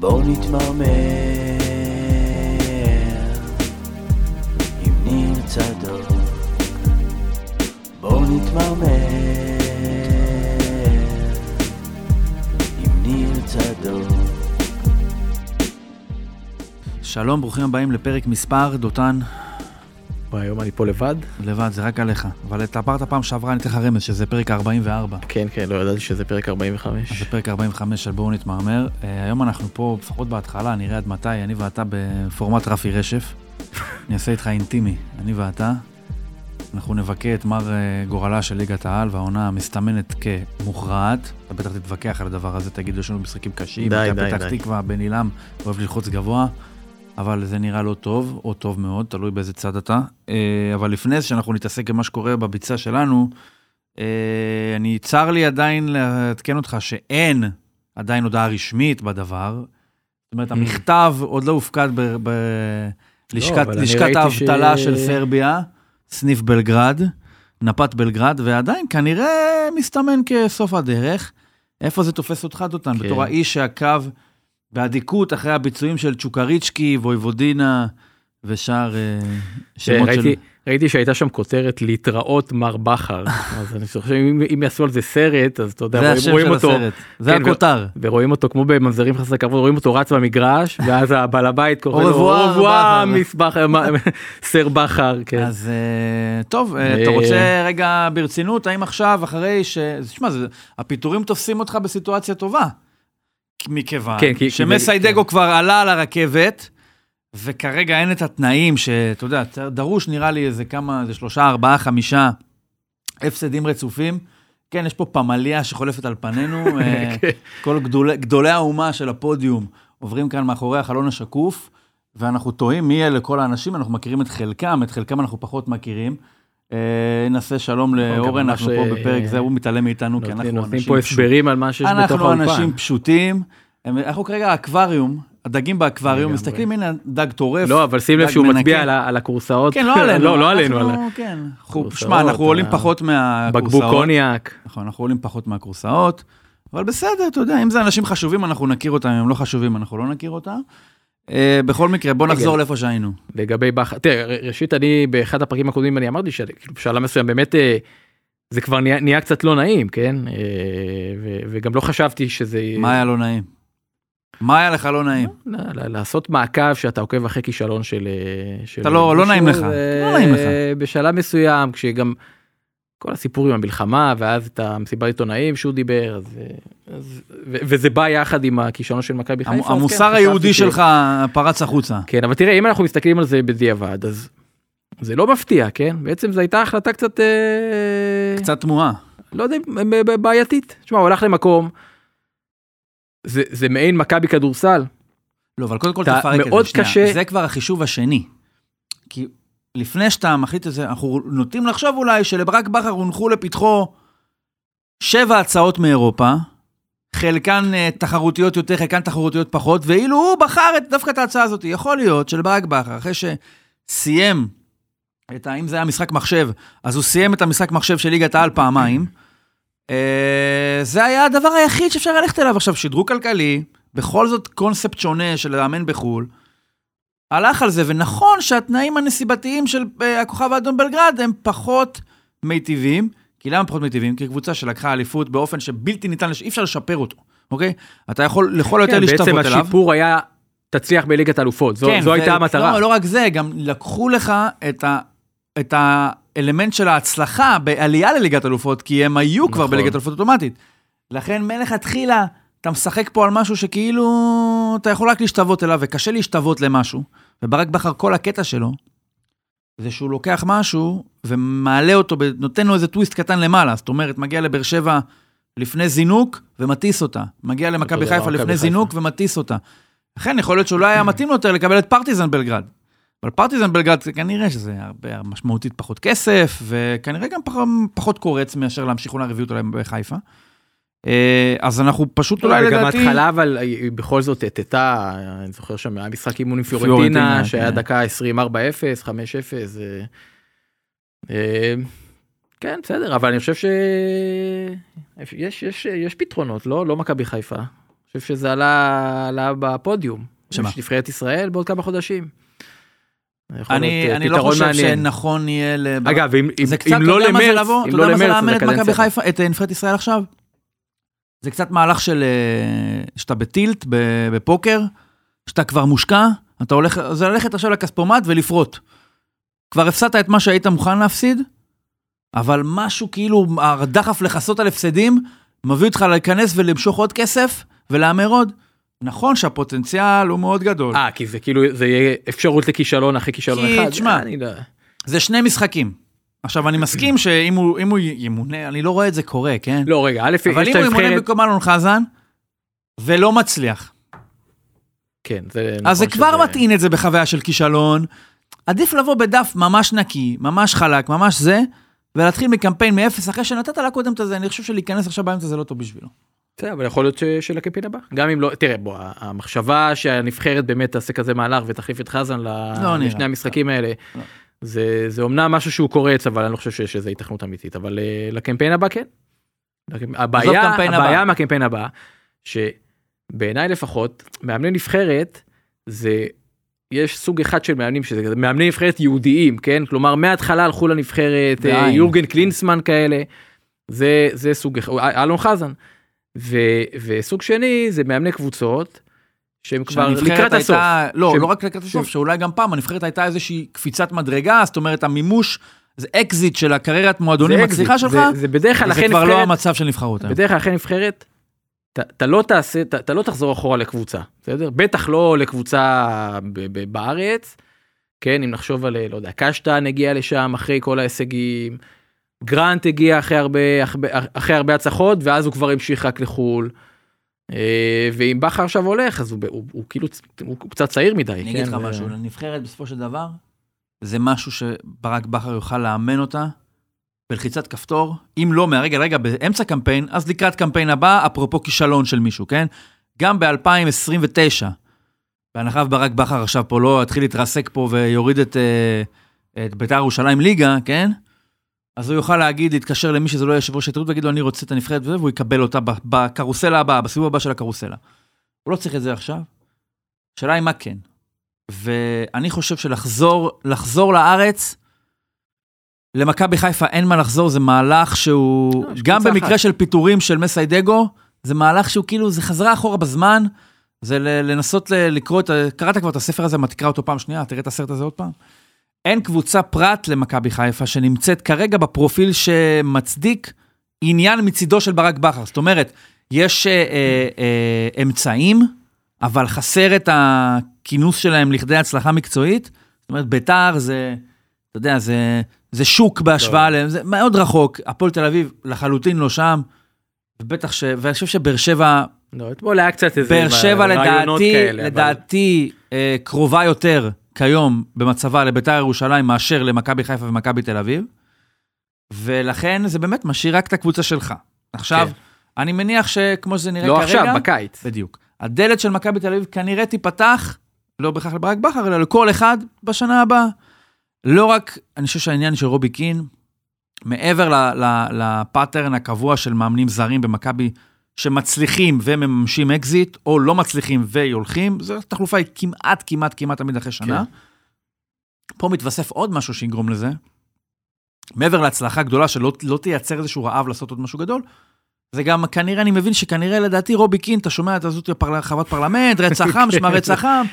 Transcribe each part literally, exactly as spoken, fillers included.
בואו נתמרמר עם ניר צדוק, בואו נתמרמר עם ניר צדוק. שלום, ברוכים הבאים לפרק מספר, דותן. היום אני פה לבד? לבד, זה רק עליך. אבל את הפרת הפעם שעברה אני אתן לך רמז, שזה פרק ארבעים וארבע. כן, כן, לא ידעתי שזה פרק ארבעים וחמש. אז זה פרק ארבעים וחמש של בואו נתמרמר. Uh, היום אנחנו פה, לפחות בהתחלה, נראה עד מתי, אני ואתה בפורמט רפי רשף. אני אעשה איתך אינטימי, אני ואתה. אנחנו נבקה את מר uh, גורלה של ליגת העל, והעונה מסתמנת כמוכרעת. אתה בטח תתווכח על הדבר הזה, תגיד, יש לנו משחקים קשים. די, די, פתח די. תקווה, בן אילם, אוהב ללחוץ גבוה. אבל זה נראה לא טוב, או טוב מאוד, תלוי באיזה צד אתה. אבל לפני זה שאנחנו נתעסק במה שקורה בביצה שלנו, אני צר לי עדיין להתקן אותך שאין עדיין הודעה רשמית בדבר. זאת אומרת, המכתב עוד לא הופקד בלשכת האבטלה של סרביה, סניף בלגרד, נפת בלגרד, ועדיין כנראה מסתמן כסוף הדרך. איפה זה תופס אותך, דותן? בתור האיש שעקב בעדיקות אחרי הביצועים של צ'וקריצ'קי, וויבודינה ושאר שמות של... ראיתי שהייתה שם כותרת להתראות מר בחר, אז אני חושב שאם יעשו על זה סרט, אז אתה יודע, זה השם של הסרט, זה הכותר. ורואים אותו כמו במנזרים חסרי כבוד, רואים אותו רץ במגרש, ואז הבעל הבית קורא לו, אורבואר, סר בחר. אז טוב, אתה רוצה רגע ברצינות, האם עכשיו, אחרי ש... תשמע, הפיטורים תופסים אותך בסיטואציה טובה. מכיוון שמסיידגו כבר עלה על הרכבת, וכרגע אין את התנאים שאתה יודע, דרוש נראה לי איזה כמה, זה שלושה, ארבעה, חמישה הפסדים רצופים. כן, יש פה פמליה שחולפת על פנינו, כל גדולי האומה של הפודיום עוברים כאן מאחורי החלון השקוף, ואנחנו טועים מי אלה כל האנשים, אנחנו מכירים את חלקם, את חלקם אנחנו פחות מכירים. נעשה שלום לאורן, אנחנו פה בפרק זה, הוא מתעלם מאיתנו, כי אנחנו נותנים פה הסברים על מה שיש בתוך האולפן. אנחנו אנשים פשוטים, אנחנו כרגע האקווריום, הדגים באקווריום, מסתכלים, הנה דג טורף. לא, אבל שים לב שהוא מצביע על הקורסאות. כן, לא עלינו. לא, לא עלינו. שמע, אנחנו עולים פחות מהקורסאות. בקבוק קוניאק. נכון, אנחנו עולים פחות מהקורסאות, אבל בסדר, אתה יודע, אם זה אנשים חשובים, אנחנו נכיר אותם, אם הם לא חשובים, אנחנו לא נכיר אותם. בכל מקרה, בוא נחזור לאיפה שהיינו. לגבי בחר, תראה, ראשית, אני באחד הפרקים הקודמים, אני אמרתי שבשאלה מסוים, באמת, זה כבר נהיה קצת לא נעים, כן? וגם לא חשבתי שזה... מה היה לא נעים? מה היה לך לא נעים? לעשות מעקב שאתה עוקב אחרי כישלון של... אתה לא, לא נעים לך. לא נעים לך. בשאלה מסוים, כשגם... כל הסיפור עם המלחמה, ואז את המסיבת עיתונאים שהוא דיבר, אז, אז, ו, וזה בא יחד עם הכישלון של מכבי חיפה. המוסר כן, היהודי שלך פרץ החוצה. כן, אבל תראה, אם אנחנו מסתכלים על זה בדיעבד, אז זה לא מפתיע, כן? בעצם זו הייתה החלטה קצת... קצת תמוהה. לא יודע, בעייתית. תשמע, הוא הלך למקום, זה, זה מעין מכבי כדורסל. לא, אבל קודם כל תפרק את זה, שנייה. קשה... זה כבר החישוב השני. כי... לפני שאתה מחליט את זה, אנחנו נוטים לחשוב אולי שלברק בכר הונחו לפתחו שבע הצעות מאירופה, חלקן תחרותיות יותר, חלקן תחרותיות פחות, ואילו הוא בחר את, דווקא את ההצעה הזאת. יכול להיות שלברק בכר, אחרי שסיים, את, אם זה היה משחק מחשב, אז הוא סיים את המשחק מחשב של ליגת העל פעמיים, זה היה הדבר היחיד שאפשר ללכת אליו. עכשיו, שדרוג כלכלי, בכל זאת קונספט שונה של לאמן בחול, הלך על זה, ונכון שהתנאים הנסיבתיים של הכוכב האדום בלגרד הם פחות מיטיבים, כי למה פחות מיטיבים? כי קבוצה שלקחה אליפות באופן שבלתי ניתן, אי אפשר לשפר אותו, אוקיי? אתה יכול לכל יותר להשתוות אליו. בעצם השיפור היה תצליח בליגת אלופות, זו הייתה המטרה. לא רק זה, גם לקחו לך את האלמנט של ההצלחה בעלייה לליגת אלופות, כי הם היו כבר בליגת אלופות אוטומטית. לכן מלך התחילה, אתה משחק פה על משהו שכאילו אתה יכול רק להשתוות אליו, וקשה להשתוות למשהו, וברק בכר כל הקטע שלו, זה שהוא לוקח משהו, ומעלה אותו, נותן לו איזה טוויסט קטן למעלה, זאת אומרת, מגיע לבאר שבע לפני זינוק, ומטיס אותה, מגיע למכבי חיפה לפני זינוק, ומטיס אותה. לכן יכול להיות שהוא לא היה מתאים לו יותר לקבל את פרטיזן בלגרד, אבל פרטיזן בלגרד כנראה שזה הרבה משמעותית פחות כסף, וכנראה גם פחות קורץ מאשר להמשיך אולי רביעיות עליהם בחיפה. אז אנחנו פשוט אולי לדעתי... וגם התחלה, אבל בכל זאת תתה, אני זוכר שם, היה משחק אימון עם פיורנטינה, שהיה דקה עשרים ארבע אפס, חמש אפס, כן, בסדר, אבל אני חושב שיש פתרונות, לא מכבי חיפה, חושב שזה עלה, עלה בפודיום. שמה? נבחרת ישראל בעוד כמה חודשים. אני, אני לא חושב מעניין. שנכון יהיה... לב... אגב, אם, זה אם, קצת, אם לא למרץ, אם לא למרץ, אתה יודע מה זה לאמן את מכבי חיפה, את נבחרת ישראל עכשיו? זה קצת מהלך של... שאתה בטילט, בפוקר, שאתה כבר מושקע, אתה הולך, זה ללכת עכשיו לכספומט ולפרוט. כבר הפסדת את מה שהיית מוכן להפסיד, אבל משהו כאילו, הדחף לחסות על הפסדים, מביא אותך להיכנס ולמשוך עוד כסף, ולאמר עוד. נכון שהפוטנציאל הוא מאוד גדול. אה, כי זה כאילו, זה יהיה אפשרות לכישלון אחרי כישלון אחד. כי, תשמע, זה שני משחקים. עכשיו, אני מסכים שאם הוא, אם הוא ימונה, אני לא רואה את זה קורה, כן? לא, רגע, א', אבל אם הוא ימונה במקום אלון חזן, ולא מצליח. כן, זה... אז זה כבר מטעין את זה בחוויה של כישלון. עדיף לבוא בדף ממש נקי, ממש חלק, ממש זה, ולהתחיל מקמפיין מאפס, אחרי שנתת לה קודם את זה, אני חושב שלהיכנס עכשיו באמצע זה לא טוב בשבילו. בסדר, אבל יכול להיות של הקמפיין הבא. גם אם לא, תראה, בוא, המחשבה שהנבחרת באמת תעשה כזה מהלך ותחליף את חזן לשני המשחקים האלה, זה, זה אומנם משהו שהוא קורץ, אבל אני לא חושב שזה התכנות אמיתית, אבל לקמפיין הבא כן. הבעיה, הבעיה מהקמפיין הבא, שבעיניי לפחות, מאמני נבחרת, זה, יש סוג אחד של מאמנים, שזה מאמני נבחרת יהודיים, כן? כלומר, מההתחלה הלכו לנבחרת, יורגן קלינסמן כאלה, זה, זה סוג אחד, אלון חזן. ו, וסוג שני זה מאמני קבוצות שהם כבר לקראת הסוף. לא, שהם, לא רק לקראת הסוף, ש... שאולי גם פעם הנבחרת הייתה איזושהי קפיצת מדרגה, זאת אומרת המימוש, זה אקזיט של הקריירת מועדונים מצליחה שלך, זה, זה בדרך כלל זה כבר נבחרת, לא המצב של נבחרות. בדרך כלל אחרי נבחרת, אתה לא תעשה, אתה לא תחזור אחורה לקבוצה, בסדר? בטח לא לקבוצה ב- ב- בארץ, כן, אם נחשוב על, לא יודע, קשטן הגיע לשם אחרי כל ההישגים, גרנט הגיע אחרי הרבה, אחרי הרבה הצלחות, ואז הוא כבר המשיך רק לחול. ואם בכר עכשיו הולך, אז הוא, הוא, הוא כאילו, הוא קצת צעיר מדי. אני אגיד לך משהו, לנבחרת בסופו של דבר, זה משהו שברק בכר יוכל לאמן אותה, בלחיצת כפתור, אם לא מהרגע לרגע באמצע קמפיין, אז לקראת קמפיין הבא, אפרופו כישלון של מישהו, כן? גם ב-אלפיים עשרים ותשע, בהנחה ברק בכר עכשיו פה לא התחיל להתרסק פה, ויוריד את, את בית"ר ירושלים ליגה, כן? אז הוא יוכל להגיד, להתקשר למי שזה לא יושב ראש התאחדות, ויגיד לו, אני רוצה את הנבחרת וזה, והוא יקבל אותה בקרוסלה הבאה, בסיבוב הבא של הקרוסלה. הוא לא צריך את זה עכשיו. השאלה היא מה כן. ואני חושב שלחזור, לחזור לארץ, למכבי חיפה אין מה לחזור, זה מהלך שהוא, גם במקרה של פיטורים של מסיידגו, זה מהלך שהוא כאילו, זה חזרה אחורה בזמן, זה לנסות לקרוא את, קראת כבר את הספר הזה, מה תקרא אותו פעם שנייה, תראה את הסרט הזה עוד פעם. אין קבוצה פרט למכבי חיפה שנמצאת כרגע בפרופיל שמצדיק עניין מצידו של ברק בכר. זאת אומרת, יש אה, אה, אמצעים, אבל חסר את הכינוס שלהם לכדי הצלחה מקצועית. זאת אומרת, בית"ר זה, אתה יודע, זה, זה שוק בהשוואה להם, זה מאוד רחוק. הפועל תל אביב לחלוטין לא שם, ובטח ש... ואני חושב שבאר שבע... לא, אתמול היה קצת איזה באר שבע לדעתי, כאלה, לדעתי אבל... אה, קרובה יותר כיום במצבה לבית"ר ירושלים מאשר למכבי חיפה ומכבי תל אביב, ולכן זה באמת משאיר רק את הקבוצה שלך. עכשיו, כן. אני מניח שכמו שזה נראה לא כרגע... לא עכשיו, בקיץ. בדיוק. הדלת של מכבי תל אביב כנראה תיפתח, לא בהכרח לברק בכר, אלא לכל אחד בשנה הבאה. לא רק, אני חושב שהעניין של רובי קין, מעבר לפאטרן הקבוע של מאמנים זרים במכבי, שמצליחים ומממשים אקזיט, או לא מצליחים והולכים, זו תחלופה היא כמעט, כמעט, כמעט תמיד אחרי שנה. כן. פה מתווסף עוד משהו שיגרום לזה, מעבר להצלחה גדולה שלא לא תייצר איזשהו רעב לעשות עוד משהו גדול, זה גם כנראה, אני מבין שכנראה לדעתי רובי קין, אתה שומע את הזאת חוות פרלמנט, רצח עם, שמע רצח עם,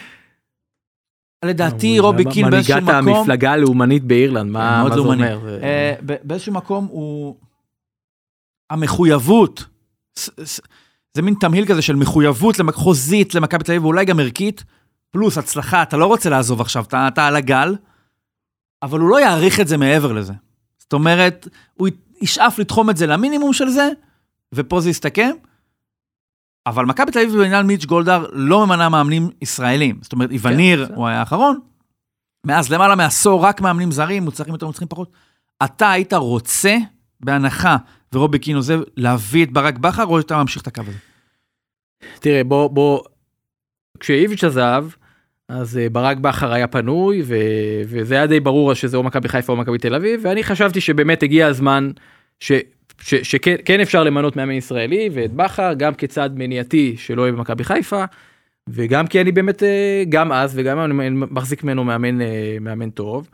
לדעתי רובי קין באיזשהו מקום... מנהיגת המפלגה הלאומנית באירלנד, מה זה אומר? באיזשהו מקום הוא... המחויבות, זה מין תמהיל כזה של מחויבות חוזית למכבי תל אביב, ואולי גם ערכית, פלוס הצלחה, אתה לא רוצה לעזוב עכשיו, אתה, אתה על הגל, אבל הוא לא יעריך את זה מעבר לזה. זאת אומרת, הוא ישאף לתחום את זה למינימום של זה, ופה זה יסתכם, אבל מכבי תל אביב בעניין מיץ' גולדהר לא ממנה מאמנים ישראלים. זאת אומרת, איווניר הוא היה האחרון, מאז למעלה מעשור רק מאמנים זרים, מוצלחים יותר, מוצלחים פחות. אתה היית רוצה, בהנחה, ורובי קין עוזב, להביא את ברק בכר, או שאתה ממשיך את הקו הזה? תראה, בוא, בוא, כשאיביץ' עזב, אז ברק בכר היה פנוי, ו... וזה היה די ברור שזה או מכבי חיפה או מכבי תל אביב, ואני חשבתי שבאמת הגיע הזמן, ש... שכן אפשר למנות מאמן ישראלי, ואת בכר, גם כצד מניעתי שלא יהיה במכבי חיפה, וגם כי אני באמת, גם אז, וגם אני מחזיק ממנו מאמן, מאמן טוב.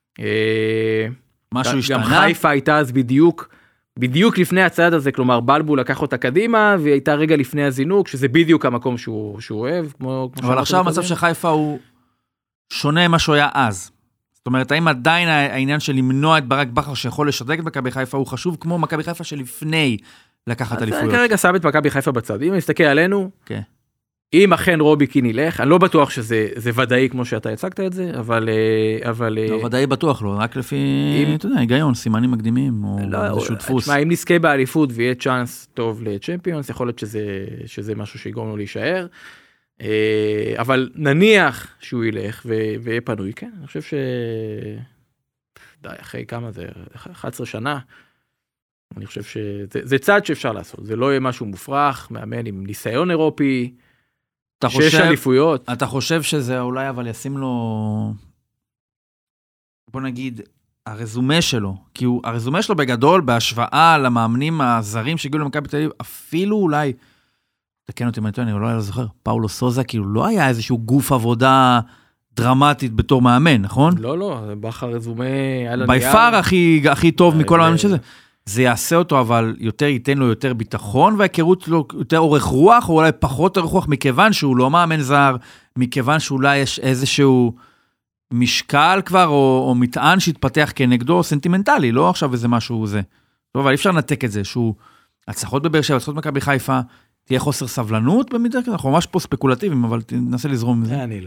משהו השתנה? גם חיפה הייתה אז בדיוק, בדיוק לפני הצעד הזה, כלומר, בלבול לקח אותה קדימה, והיא הייתה רגע לפני הזינוק, שזה בדיוק המקום שהוא, שהוא אוהב. כמו, כמו אבל עכשיו המצב של חיפה הוא שונה ממה שהוא היה אז. זאת אומרת, האם עדיין העניין של למנוע את ברק בכר שיכול לשדרג את מכבי חיפה הוא חשוב כמו מכבי חיפה שלפני לקחת אליפויות? אז כרגע שם את מכבי חיפה בצד. אם נסתכל עלינו, כן. אם אכן רובי קין ילך, אני לא בטוח שזה זה ודאי כמו שאתה הצגת את זה, אבל... אבל לא, ודאי בטוח לא, רק לפי, אם, אתה יודע, היגיון, סימנים מקדימים, או לא, איזשהו דפוס. תשמע, אם נזכה באליפות ויהיה צ'אנס טוב לצ'מפיונס, יכול להיות שזה, שזה משהו שיגרום לו להישאר, אבל נניח שהוא ילך ויהיה פנוי, כן, אני חושב ש... די, אחרי כמה זה, אחת עשרה שנה, אני חושב שזה זה צעד שאפשר לעשות, זה לא יהיה משהו מופרך, מאמן עם ניסיון אירופי, שש אליפויות. אתה חושב שזה אולי אבל ישים לו, בוא נגיד, הרזומה שלו, כי הוא, הרזומה שלו בגדול, בהשוואה למאמנים הזרים שהגיעו למכבי תל אביב, אפילו אולי, תקן אותי מתי, אני לא זוכר, פאולו סוזה, כאילו לא היה איזשהו גוף עבודה דרמטית בתור מאמן, נכון? לא, לא, בכר רזומה על הנייר. ביפר הכי, הכי טוב מכל המאמן שזה. זה יעשה אותו, אבל יותר ייתן לו יותר ביטחון, וההיכרות לו יותר אורך רוח, או אולי פחות אורך רוח, מכיוון שהוא לא מאמן זר, מכיוון שאולי יש איזשהו משקל כבר, או, או מטען שהתפתח כנגדו, סנטימנטלי, לא עכשיו איזה משהו זה. טוב, אבל אי אפשר לנתק את זה, שהוא הצלחות בבאר שבע, הצלחות מכבי חיפה, תהיה חוסר סבלנות במידה כזה, אנחנו ממש פה ספקולטיביים, אבל תנסה לזרום מזה. אני לא...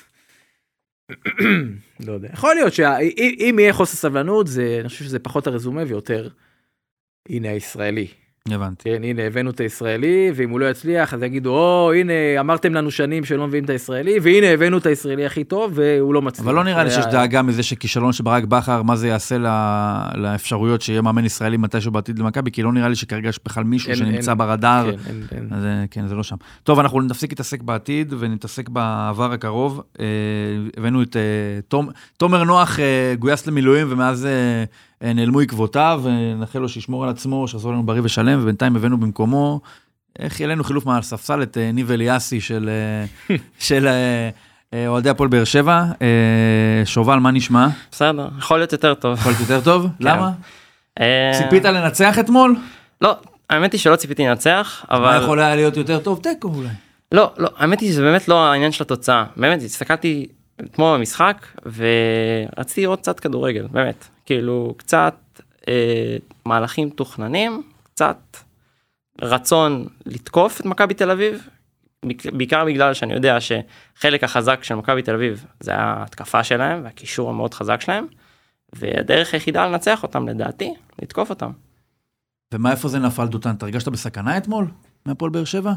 לא יודע. יכול להיות שאם יהיה חוסר סבלנות, אני חושב שזה פחות הרזומה ויותר, הנה הישראלי. הבנתי. כן, הנה, הבאנו את הישראלי, ואם הוא לא יצליח, אז יגידו, או, הנה, אמרתם לנו שנים שלא מביאים את הישראלי, והנה, הבאנו את הישראלי הכי טוב, והוא לא מצליח. אבל לא נראה לי שיש דאגה מזה שכישלון שברק בכר, מה זה יעשה לאפשרויות שיהיה מאמן ישראלי מתישהו בעתיד למכבי, כי לא נראה לי שכרגע יש בכלל מישהו שנמצא ברדאר. אז כן, זה לא שם. טוב, אנחנו נפסיק להתעסק בעתיד, ונתעסק בעבר הקרוב. הבאנו את תומר נוח גויס למילואים, ומאז נעלמו עקבותיו, ונאחל לו שישמור על עצמו, שיחזור לנו בריא ושלם, ובינתיים הבאנו במקומו, איך יהיה לנו חילוף מהספסל את ניב אליאסי של, של אוהדי הפועל באר שבע. שובל, מה נשמע? בסדר, יכול להיות יותר טוב. יכול להיות יותר טוב? למה? ציפית לנצח אתמול? לא, האמת היא שלא ציפיתי לנצח, אבל... מה יכול היה להיות יותר טוב? תיקו אולי. לא, לא, האמת היא שזה באמת לא העניין של התוצאה. באמת, הסתכלתי אתמול במשחק, ורציתי לראות קצת כדורגל, באמת. כאילו, קצת אה, מהלכים תוכננים, קצת רצון לתקוף את מכבי תל אביב, בעיקר בגלל שאני יודע שחלק החזק של מכבי תל אביב, זה ההתקפה שלהם, והקישור המאוד חזק שלהם, והדרך היחידה לנצח אותם, לדעתי, לתקוף אותם. ומה איפה זה נפל דותן? אתה הרגשת בסכנה אתמול? מהפועל באר שבע?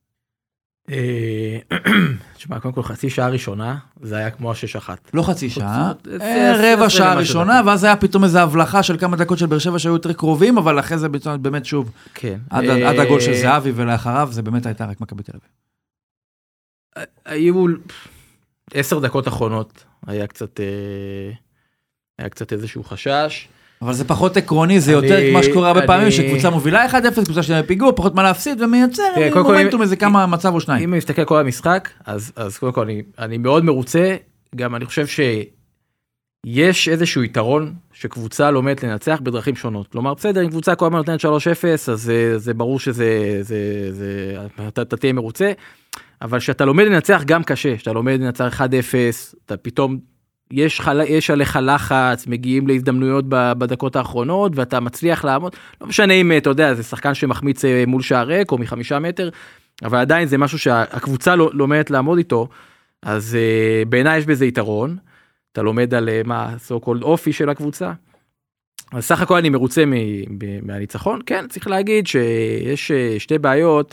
תשמע, קודם כל חצי שעה ראשונה, זה היה כמו השש אחת. לא חצי שעה, רבע שעה ראשונה, ואז היה פתאום איזו הבלחה של כמה דקות של באר שבע שהיו יותר קרובים, אבל אחרי זה באמת שוב, עד הגול של זהבי ולאחריו, זה באמת הייתה רק מכבי תל אביב. היו עשר דקות אחרונות, היה קצת, היה קצת איזשהו חשש. אבל זה פחות עקרוני, זה יותר כמו שקורה הרבה פעמים, שקבוצה מובילה אחד אפס, קבוצה שלה פיגוע, פחות מה להפסיד, ומייצר מומנטום איזה כמה מצב או שניים. אם אני מסתכל כל המשחק, אז קודם כל אני מאוד מרוצה, גם אני חושב שיש איזשהו יתרון, שקבוצה לומדת לנצח בדרכים שונות. כלומר, בסדר, אם קבוצה כל הזמן נותנת שלוש אפס, אז זה ברור שזה, אתה תהיה מרוצה, אבל שאתה לומד לנצח גם קשה, שאתה לומד לנצח אחד אפס, אתה פתאום יש, חל... יש עליך לחץ, מגיעים להזדמנויות בדקות האחרונות, ואתה מצליח לעמוד, לא משנה אם, אתה יודע, זה שחקן שמחמיץ מול שער ריק, או מחמישה מטר, אבל עדיין זה משהו שהקבוצה לומדת לעמוד איתו, אז בעיניי יש בזה יתרון, אתה לומד על מה, so called אופי של הקבוצה, אז סך הכל אני מרוצה מהניצחון, כן, צריך להגיד שיש שתי בעיות,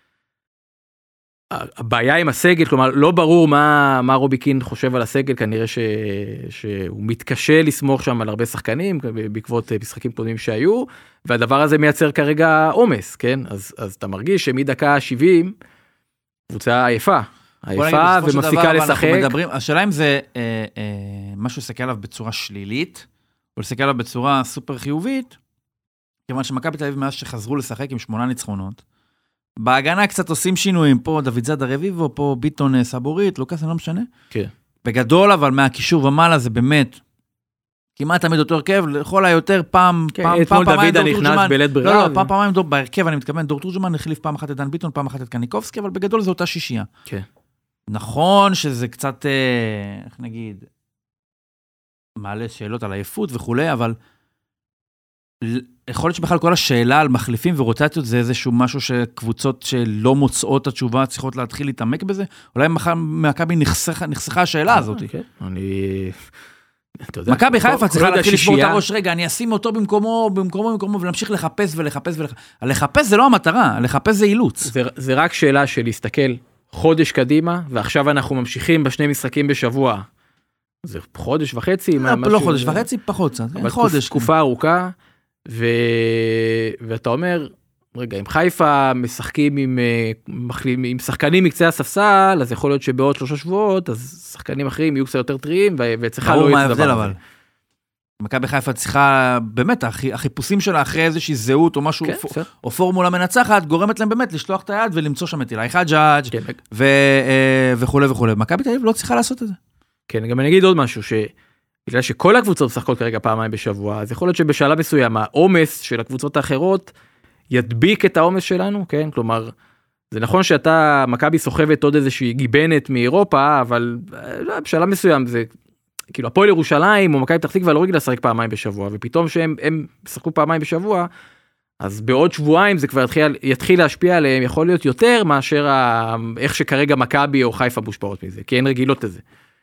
הבעיה עם הסגל, כלומר, לא ברור מה, מה רובי קין חושב על הסגל, כנראה ש, שהוא מתקשה לסמוך שם על הרבה שחקנים, בעקבות משחקים קודמים שהיו, והדבר הזה מייצר כרגע עומס, כן? אז, אז אתה מרגיש שמדקה שבעים, קבוצה עייפה, עייפה ומפסיקה לשחק. מדברים, השאלה אם זה אה, אה, משהו לסתכל עליו בצורה שלילית, או לסתכל עליו בצורה סופר חיובית, כיוון שמכבי תל אביב מאז שחזרו לשחק עם שמונה ניצחונות, בהגנה קצת עושים שינויים, פה דוד זאדה רביבו, פה ביטון סבורית, לוקאס, אני לא משנה. כן. בגדול, אבל מהקישור ומעלה זה באמת, כמעט תמיד אותו הרכב, לכל היותר פעם, כן, פעם, אתמול פעם, דוד נכנס בלית ברירה. לא, לא, פעם, פעמיים דור, בהרכב אני מתכוון, דור תורג'מן החליף פעם אחת את דן ביטון, פעם אחת את קניקובסקי, אבל בגדול זה אותה שישייה. כן. נכון שזה קצת, איך נגיד, מעלה שאלות על העייפות וכולי, אבל יכול להיות שבכלל כל השאלה על מחליפים ורוטציות זה איזשהו משהו שקבוצות שלא מוצאות את התשובה צריכות להתחיל להתעמק בזה? אולי מכבי נחסכה השאלה הזאת. אני... מכבי חיפה צריכה להתחיל לשבור את הראש, רגע, אני אשים אותו במקומו, במקומו, במקומו, ולהמשיך לחפש ולחפש ולחפש. לחפש זה לא המטרה, לחפש זה אילוץ. זה רק שאלה של להסתכל חודש קדימה, ועכשיו אנחנו ממשיכים בשני משחקים בשבוע. זה חודש וחצי. לא חודש וחצי, פחות קצת. חודש. תקופה ארוכה. ו... ואתה אומר, רגע, אם חיפה משחקים עם, מחלים, עם שחקנים מקצה הספסל, אז יכול להיות שבעוד שלושה שבועות, אז שחקנים אחרים יהיו קצת יותר טריים, ו... וצריכה לא יצא דבר הזה. מכבי חיפה צריכה, באמת, החיפושים שלה אחרי איזושהי זהות או משהו, כן, או, או פורמולה מנצחת, גורמת להם באמת לשלוח את היד ולמצוא שם את אילי חג'אג' כן. ו... וכו' וכו'. מכבי תל אביב לא צריכה לעשות את זה. כן, גם אני אגיד עוד משהו, ש... בגלל שכל הקבוצות משחקות כרגע פעמיים בשבוע, אז יכול להיות שבשלב מסוים העומס של הקבוצות האחרות ידביק את העומס שלנו, כן? כלומר, זה נכון שאתה, מכבי סוחבת עוד איזושהי גיבנת מאירופה, אבל בשלב מסוים זה, כאילו, הפועל ירושלים או מכבי פתח תקווה לא רגיל לשחק פעמיים בשבוע, ופתאום שהם הם שחקו פעמיים בשבוע, אז בעוד שבועיים זה כבר יתחיל, יתחיל להשפיע עליהם, יכול להיות יותר מאשר ה, איך שכרגע מכבי או חיפה מושפעות מזה, כי אין רגילות לזה.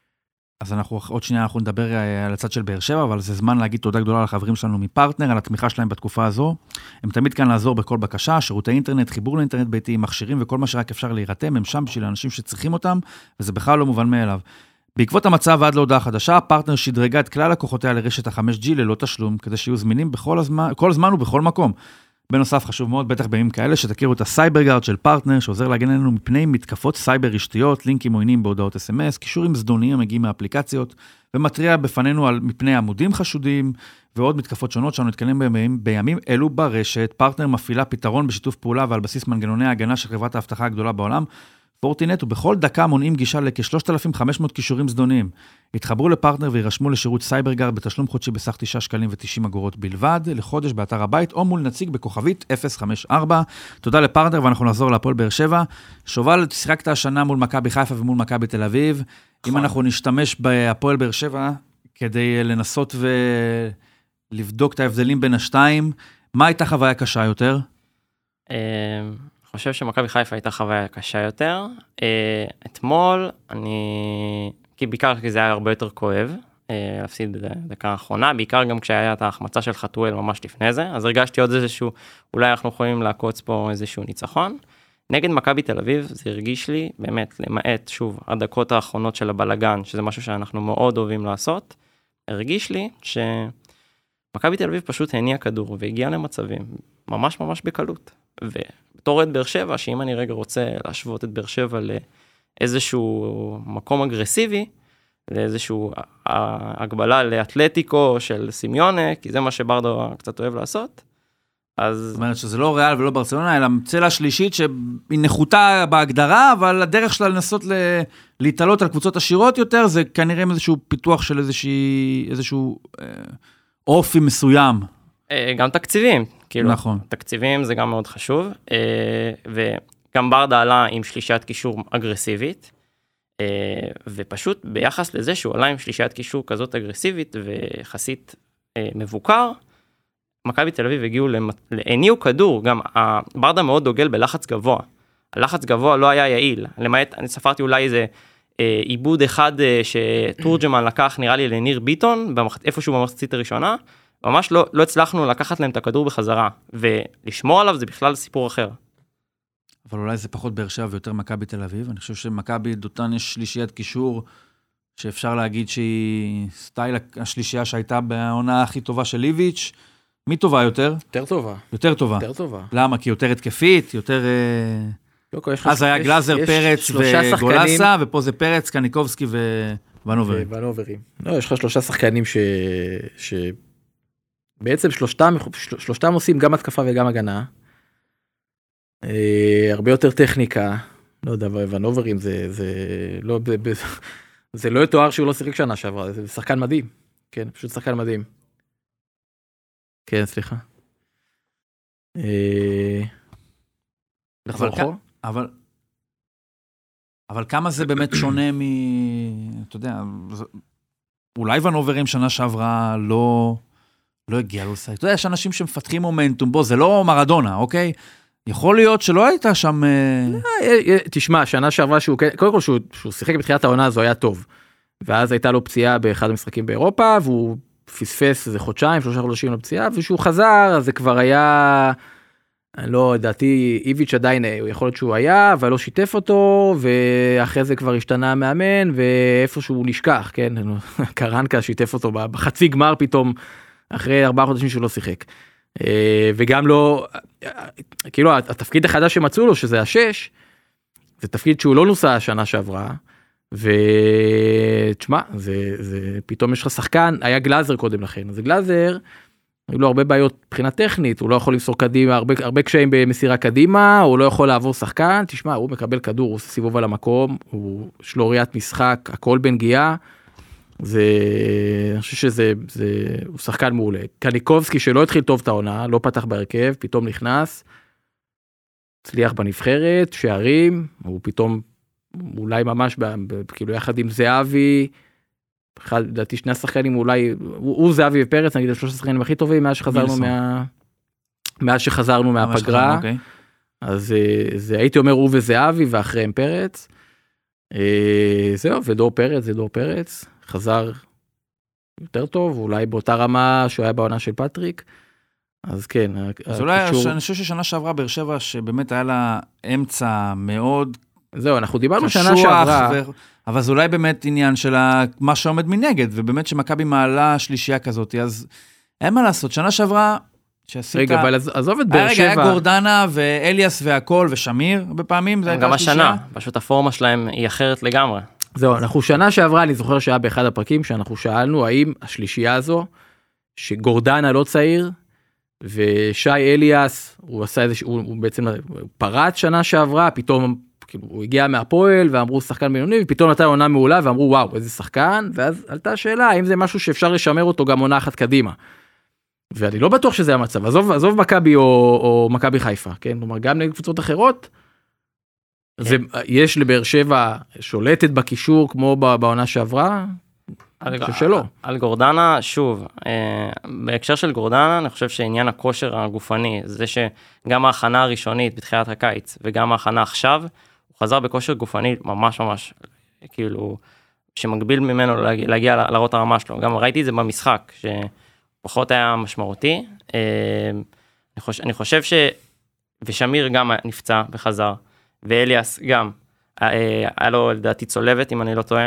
אז אנחנו עוד שנייה אנחנו נדבר על הצד של באר שבע, אבל זה זמן להגיד תודה גדולה לחברים שלנו מפרטנר, על התמיכה שלהם בתקופה הזו. הם תמיד כאן לעזור בכל בקשה, שירותי אינטרנט, חיבור לאינטרנט ביתי, מכשירים וכל מה שרק אפשר להירתם, הם שם בשביל האנשים שצריכים אותם, וזה בכלל לא מובן מאליו. בעקבות המצב ועד להודעה חדשה, פרטנר שדרגה את כלל לקוחותיה לרשת ה-חמש ג'י ללא תשלום, כדי שיהיו זמינים בכל הזמן, כל זמן ובכל מקום. בנוסף, חשוב מאוד, בטח בימים כאלה, שתכירו את הסייברגארד של פרטנר, שעוזר להגן עלינו מפני מתקפות סייבר רשתיות, לינקים עוינים בהודעות אס אם אס, קישורים זדוניים המגיעים מהאפליקציות, ומטריע בפנינו על מפני עמודים חשודים, ועוד מתקפות שונות שאנו נתקלים בימים, בימים אלו ברשת. פרטנר מפעילה פתרון בשיתוף פעולה ועל בסיס מנגנוני ההגנה של חברת ההבטחה הגדולה בעולם, פורטינט, ובכל דקה מונעים גישה לכ-שלושת אלפים וחמש מאות קישורים זדוניים. התחברו לפרטנר וירשמו לשירות סייברגארד בתשלום חודשי בסך תשעה שקלים ותשעים אגורות בלבד, לחודש באתר הבית, או מול נציג בכוכבית אפס חמש ארבע. תודה לפרטנר, ואנחנו נחזור להפועל באר שבע. שובל, שיחקת השנה מול מכבי חיפה ומול מכבי תל אביב. אם אנחנו נשתמש בהפועל באר שבע, כדי לנסות ולבדוק את ההבדלים בין השתיים, מה הייתה חוויה קשה יותר? אני חושב שמכבי חיפה הייתה חוויה קשה יותר. אתמול, אני... כי בעיקר כי זה היה הרבה יותר כואב, להפסיד בדקה האחרונה, בעיקר גם כשהיה את ההחמצה של חתואל ממש לפני זה, אז הרגשתי עוד איזשהו, אולי אנחנו יכולים לעקוץ פה איזשהו ניצחון. נגד מכבי תל אביב, זה הרגיש לי, באמת, למעט, שוב, הדקות האחרונות של הבלגן, שזה משהו שאנחנו מאוד אוהבים לעשות, הרגיש לי שמכבי תל אביב פשוט הניע כדור, והגיע למצבים, ממש ממש בקלות. ובתור את באר שבע, שאם אני רגע רוצה להשוות את באר שבע לאיזשהו מקום אגרסיבי, לאיזשהו הגבלה לאתלטיקו של סימיונה, כי זה מה שברדו קצת אוהב לעשות. אז... זאת אומרת שזה לא ריאל ולא ברצלונה, אלא צלע שלישית שהיא נחותה בהגדרה, אבל הדרך שלה לנסות להתעלות על קבוצות עשירות יותר, זה כנראה איזשהו פיתוח של איזשהו אופי מסוים. גם תקציבים. כאילו, נכון. תקציבים זה גם מאוד חשוב, וגם ברדה עלה עם שלישיית קישור אגרסיבית, ופשוט ביחס לזה שהוא עלה עם שלישיית קישור כזאת אגרסיבית ויחסית מבוקר, מכבי תל אביב הגיעו, הניעו כדור, גם ברדה מאוד דוגל בלחץ גבוה. הלחץ גבוה לא היה יעיל, למעט, אני ספרתי אולי איזה עיבוד אחד שטורג'מן לקח, נראה לי לניר ביטון, איפשהו במחצית הראשונה, ממש לא, לא הצלחנו לקחת להם את הכדור בחזרה, ולשמור עליו זה בכלל סיפור אחר. אבל אולי זה פחות באר שבע ויותר מכבי תל אביב. אני חושב שמכבי דותן יש שלישיית קישור, שאפשר להגיד שהיא סטייל השלישייה שהייתה בעונה הכי טובה של ליביץ'. מי טובה יותר? יותר טובה. יותר טובה. יותר טובה. למה? כי יותר התקפית, יותר... לא, אז היה גלאזר, פרץ וגולסה, ופה זה פרץ, בעצם שלושתם, שלושתם עושים גם התקפה וגם הגנה. הרבה יותר טכניקה, לא יודע, ונוברים זה, זה לא, זה לא יתואר שהוא לא שיחק שנה שעברה, זה שחקן מדהים. כן, פשוט שחקן מדהים. כן, סליחה. אבל, אבל, אבל כמה זה באמת שונה מ... אתה יודע, אולי ונוברים שנה שעברה לא, לא הגיע לו לשחק. אתה יודע, יש אנשים שמפתחים מומנטום, בוא, זה לא מרדונה, אוקיי? יכול להיות שלא הייתה שם... תשמע, שנה שעברה שהוא, קודם כל שהוא, שהוא שיחק בתחילת העונה הזו היה טוב. ואז הייתה לו פציעה באחד המשחקים באירופה, והוא פספס איזה חודשיים, שלושה חודשים לפציעה, ושהוא חזר, אז זה כבר היה... אני לא, דעתי, איביץ' עדיין, הוא יכול להיות שהוא היה, אבל לא שיתף אותו, ואחרי זה כבר השתנה המאמן, ואיפה שהוא נשכח, כן? קרנקה שיתף אותו בחצי גמר פתאום, אחרי ארבעה חודשים שהוא לא שיחק. וגם לא, כאילו, התפקיד החדש שמצאו לו, שזה השש, זה תפקיד שהוא לא נוסע השנה שעברה, ותשמע, זה, זה, פתאום יש לך שחקן, היה גלאזר קודם לכן, אז גלאזר, היו לו הרבה בעיות מבחינה טכנית, הוא לא יכול למסור קדימה, הרבה, הרבה קשיים במסירה קדימה, הוא לא יכול לעבור שחקן, תשמע, הוא מקבל כדור, הוא עושה סיבוב על המקום, הוא יש לו ראיית משחק, הכל בנגיעה, זה, אני חושב שזה, זה, הוא שחקן מעולה. קניקובסקי שלא התחיל טוב את העונה, לא פתח בהרכב, פתאום נכנס, הצליח בנבחרת, שערים, הוא פתאום, אולי ממש, כאילו יחד עם זהבי, אחד, לדעתי שני השחקנים אולי, הוא, הוא זהבי ופרץ, נגיד, שלושה השחקנים הכי טובים, מאז שחזרנו מה, מאז שחזרנו מהפגרה, אוקיי. אז זה, הייתי אומר הוא וזהבי, ואחריהם פרץ, זהו, ודור פרץ, זה דור פרץ, חזר יותר טוב, אולי באותה רמה שהוא היה בעונה של פטריק, אז כן. אז אולי, אני חושב ששנה שעברה באר שבע, שבאמת היה לה אמצע מאוד זהו, אנחנו דיברנו שנה שעברה. ו... אבל זה אולי באמת עניין של מה שעומד מנגד, ובאמת שמכבי מעלה שלישייה כזאת, אז אין מה לעשות, שנה שעברה, שעשית... רגע, אבל עזוב את באר שבע. רגע, היה גורדנה ואליאס והכל ושמיר בפעמים, זה הייתה שלישייה. גם השנה, פשוט הפורמה שלהם היא אחרת לגמרי. זהו, אנחנו שנה שעברה, אני זוכר שהיה באחד הפרקים, שאנחנו שאלנו האם השלישייה הזו, שגורדנה לא צעיר, ושי אליאס, הוא עשה איזה, הוא, הוא בעצם פרט שנה שעברה, פתאום כאילו, הוא הגיע מהפועל, ואמרו שחקן בינוני, ופתאום נתן עונה מעולה, ואמרו וואו, איזה שחקן, ואז עלתה השאלה, האם זה משהו שאפשר לשמר אותו גם עונה אחת קדימה. ואני לא בטוח שזה המצב, עזוב, עזוב מכבי או, או מכבי חיפה, כן? כלומר, גם נגד קבוצות אחרות, כן. זה, יש לבאר שבע שולטת בקישור, כמו בעונה שעברה, אני חושב שלא. על גורדנה, שוב, בהקשר של גורדנה, אני חושב שעניין הכושר הגופני, זה שגם ההכנה הראשונית בתחילת הקיץ, וגם ההכנה עכשיו, הוא חזר בכושר גופני ממש ממש, כאילו, שמגביל ממנו להגיע, להגיע לראות הרמה שלו. גם ראיתי את זה במשחק, שפחות היה משמעותי. אני חושב, אני חושב ש... ושמיר גם נפצע וחזר, ואליאס גם, היה לו לדעתי צולבת, אם אני לא טועה.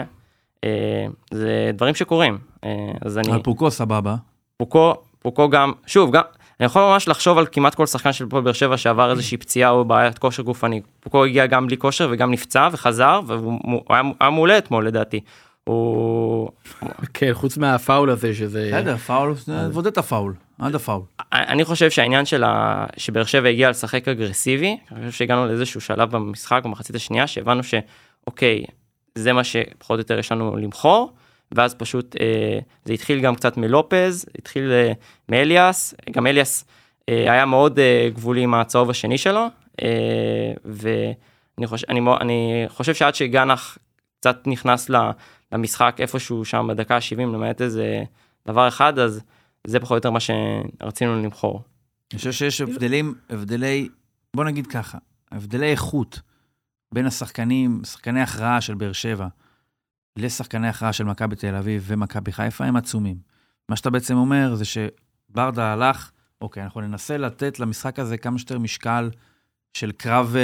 זה דברים שקורים. אז אני... על פוקו סבבה. פוקו, פוקו גם, שוב, גם, אני יכול ממש לחשוב על כמעט כל שחקן של פה באר שבע שעבר איזושהי פציעה או בעיית כושר גופני. פוקו הגיע גם בלי כושר וגם נפצע וחזר, והוא היה מעולה אתמול לדעתי. הוא... כן, חוץ מהפאול הזה שזה... בסדר, פאול, עבוד את הפאול, עד הפאול. אני חושב שהעניין שלה, שבאר שבע הגיע לשחק אגרסיבי, אני חושב שהגענו לאיזשהו שלב במשחק, במחצית השנייה, שהבנו שאוקיי, זה מה שפחות או יותר יש לנו למחור, ואז פשוט אה, זה התחיל גם קצת מלופז, התחיל אה, מאליאס, גם אליאס אה, היה מאוד אה, גבולי עם הצהוב השני שלו, אה, ואני חושב, אני, אני חושב שעד שגנח קצת נכנס למשחק איפשהו שם בדקה ה-שבעים, למעט איזה דבר אחד, אז זה פחות או יותר מה שרצינו למחור. אני חושב שיש הבדלים, הבדלי, בוא נגיד ככה, הבדלי איכות, בין השחקנים, שחקני הכרעה של באר שבע, לשחקני הכרעה של מכבי תל אביב ומכבי חיפה, הם עצומים. מה שאתה בעצם אומר זה שברדה הלך, אוקיי, אנחנו ננסה לתת למשחק הזה כמה שיותר משקל של קרב,